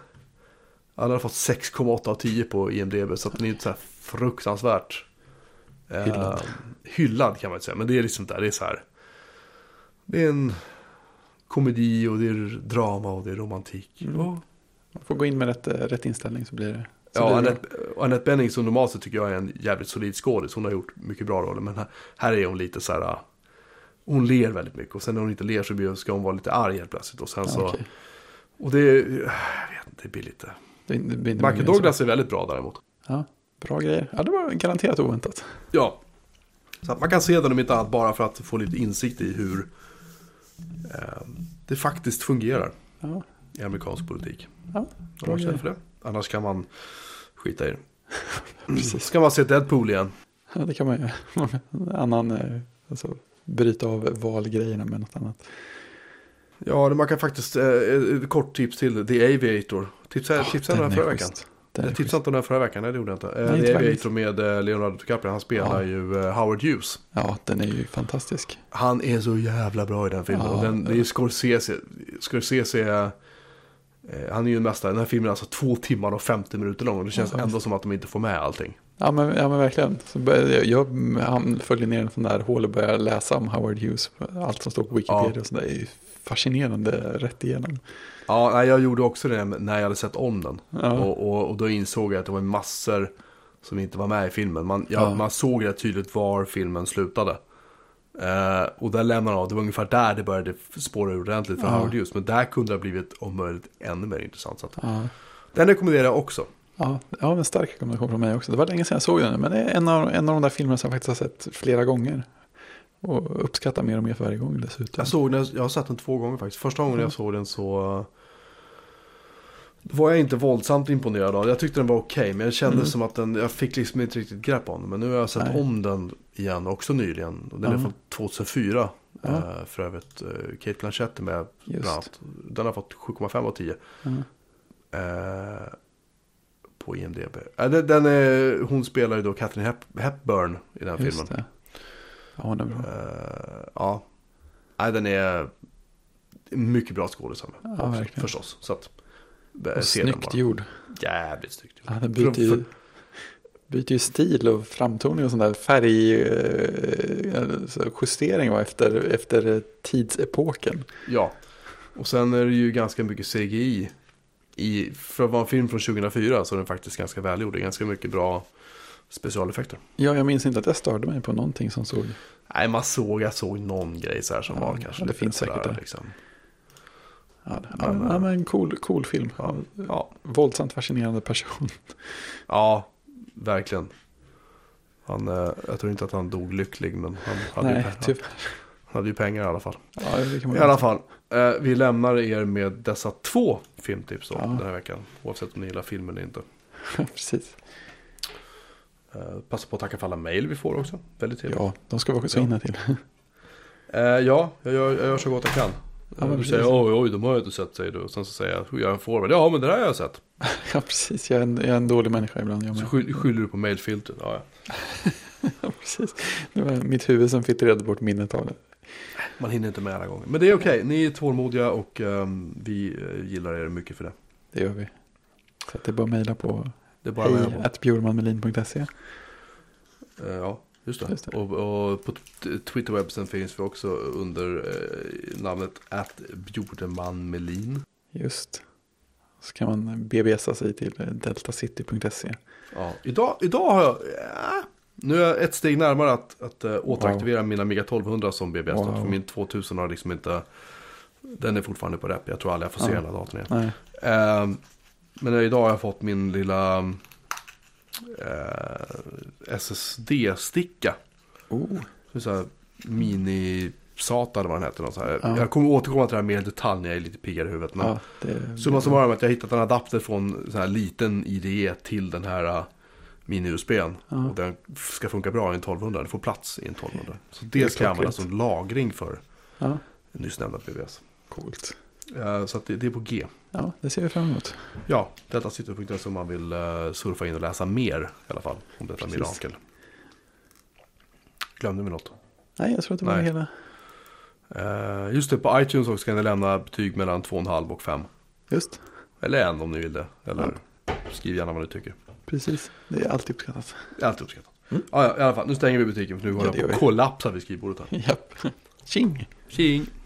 6,8 av 10 på IMDb, så att den är inte så här fruktansvärt hyllad kan man inte säga. Men det är liksom där, det är så här. Det är en komedi och det är drama och det är romantik. Man får gå in med rätt inställning så blir det. Annette Bening som normalt så tycker jag är en jävligt solid skådis. Hon har gjort mycket bra roller, men här är hon lite så här. Hon ler väldigt mycket och sen när hon inte ler så ska hon vara lite arg helt plötsligt och sen så och jag vet inte, det blir lite. Michael Douglas är väldigt bra däremot. Ja, bra grejer. Ja, det var garanterat oväntat. Ja. Så att man kan se den om inte annat bara för att få lite insikt i hur det faktiskt fungerar i amerikansk politik. Ja, om man känner för det. Annars kan man skita i det. Ska man se Deadpool igen? Ja, det kan man göra. Annan, alltså, bryta av valgrejerna med något annat. Ja, man kan faktiskt, kort tips till The Aviator. Tipsade den här förra veckan. Jag tipsade inte om den här förra veckan, det gjorde jag inte. The Aviator med Leonardo DiCaprio, han spelar ju Howard Hughes. Ja, den är ju fantastisk. Han är så jävla bra i den filmen. Och det är Scorsese, han är ju en mästare. Den här filmen är alltså 2 timmar och 50 minuter lång. Och det känns ändå som att de inte får med allting. Ja men verkligen. Så han följer ner en sån där hål och börjar läsa om Howard Hughes. Allt som står på Wikipedia och sådär är ju fascinerande rätt igenom. Ja, jag gjorde också det när jag hade sett om den. Ja. Och då insåg jag att det var massor som inte var med i filmen. Man såg rätt tydligt var filmen slutade. Och där lämnade av. Det var ungefär där det började spåra ordentligt för Howard Hughes. Men där kunde det ha blivit om möjligt ännu mer intressant. Så att den rekommenderar jag också. Ja, en stark rekommendation från mig också. Det var länge sedan jag såg den. Men det är en av de där filmerna som jag faktiskt har sett flera gånger. Och uppskattar mer och mer för varje gång dessutom. Jag har sett den 2 gånger faktiskt. Första gången jag såg den så var jag inte våldsamt imponerad av. Jag tyckte den var okej, men jag kände som att jag fick liksom inte riktigt grepp om den. Men nu har jag sett om den igen, också nyligen. Och den är från 2004. För övrigt Kate Blanchett är med. Den har fått 7,5 av 10. På IMDb. Hon spelar ju då Katharine Hepburn i den filmen. Det. Ja, den är bra. Den är mycket bra skådespelare verkligen. Förstås. Så att, snyggt gjord. Jävligt snyggt gjord. Ja, den byter ju stil och framtoning och sån där färgjustering efter tidsepoken. Ja, och sen är det ju ganska mycket CGI. För att vara en film från 2004 så är den faktiskt ganska välgjord. Det är ganska mycket bra specialeffekter. Ja, jag minns inte att jag störde mig på någonting som såg. Nej, jag såg någon grej så här som var kanske det finns säkert där. Liksom. Men cool film. Ja. Våldsamt fascinerande person. Ja, verkligen. Jag tror inte att han dog lycklig, men han hade ju pengar i alla fall. Ja, det kan man i alla fall. Vi lämnar er med dessa 2 filmtips den här veckan. Oavsett om ni gillar filmen eller inte. Precis. Passa på att tacka för alla mejl vi får också. Väldigt trevligt. Ja, de ska vi också hinna till. Jag gör så gott jag kan. Du säger, oj, de har jag inte sett, säger du. Och sen så säger jag, hur gör jag en forward? Ja, men det där har jag sett. Ja, precis. Jag är en dålig människa ibland. Så skyller du på mailfiltret. Ja. Ja, precis. Det var mitt huvud som filtrerade bort minnet av det. Man hinner inte med alla gånger. Men det är okej. Ni är tålmodiga och vi gillar er mycket för det. Det gör vi. Så det är bara att mejla på hej@bjurmanmelin.se. Ja, just det. Och på Twitterwebsen finns vi också under namnet @bjurmanmelin. Just. Så kan man BBSa sig till deltacity.se. Ja, idag har jag... Nu är jag ett steg närmare att återaktivera mina Amiga 1200 som BBS. För min 2000 har liksom inte... Den är fortfarande på rep. Jag tror aldrig jag får se hela datorn igen. Men idag har jag fått min lilla SSD-sticka. Så här mini-SATA eller vad den heter. Jag kommer återkomma till det här mer detalj när jag är lite piggare i huvudet. Men summa summarum att jag har hittat en adapter från så här liten IDE till den här mini-USB:n. Och den ska funka bra i en 1200. Det får plats i en 1200. Så det ska jag använda som lagring för nyss nämnda BBS. Coolt. Så att det är på G. Ja, det ser vi fram emot. Ja, detta sitter.se om man vill surfa in och läsa mer i alla fall om detta mirakel. Glömde vi något? Nej, jag tror att det var det hela. Just det, på iTunes också kan ni lämna betyg mellan 2,5 och 5. Just. Eller 1 om ni vill det. Eller skriv gärna vad ni tycker. Precis, det är alltid uppskattat. Alltid uppskattat. Ja, i alla fall, nu stänger vi butiken för nu går det på kollapsa vid skrivbordet här. Japp. Tjing! Tjing!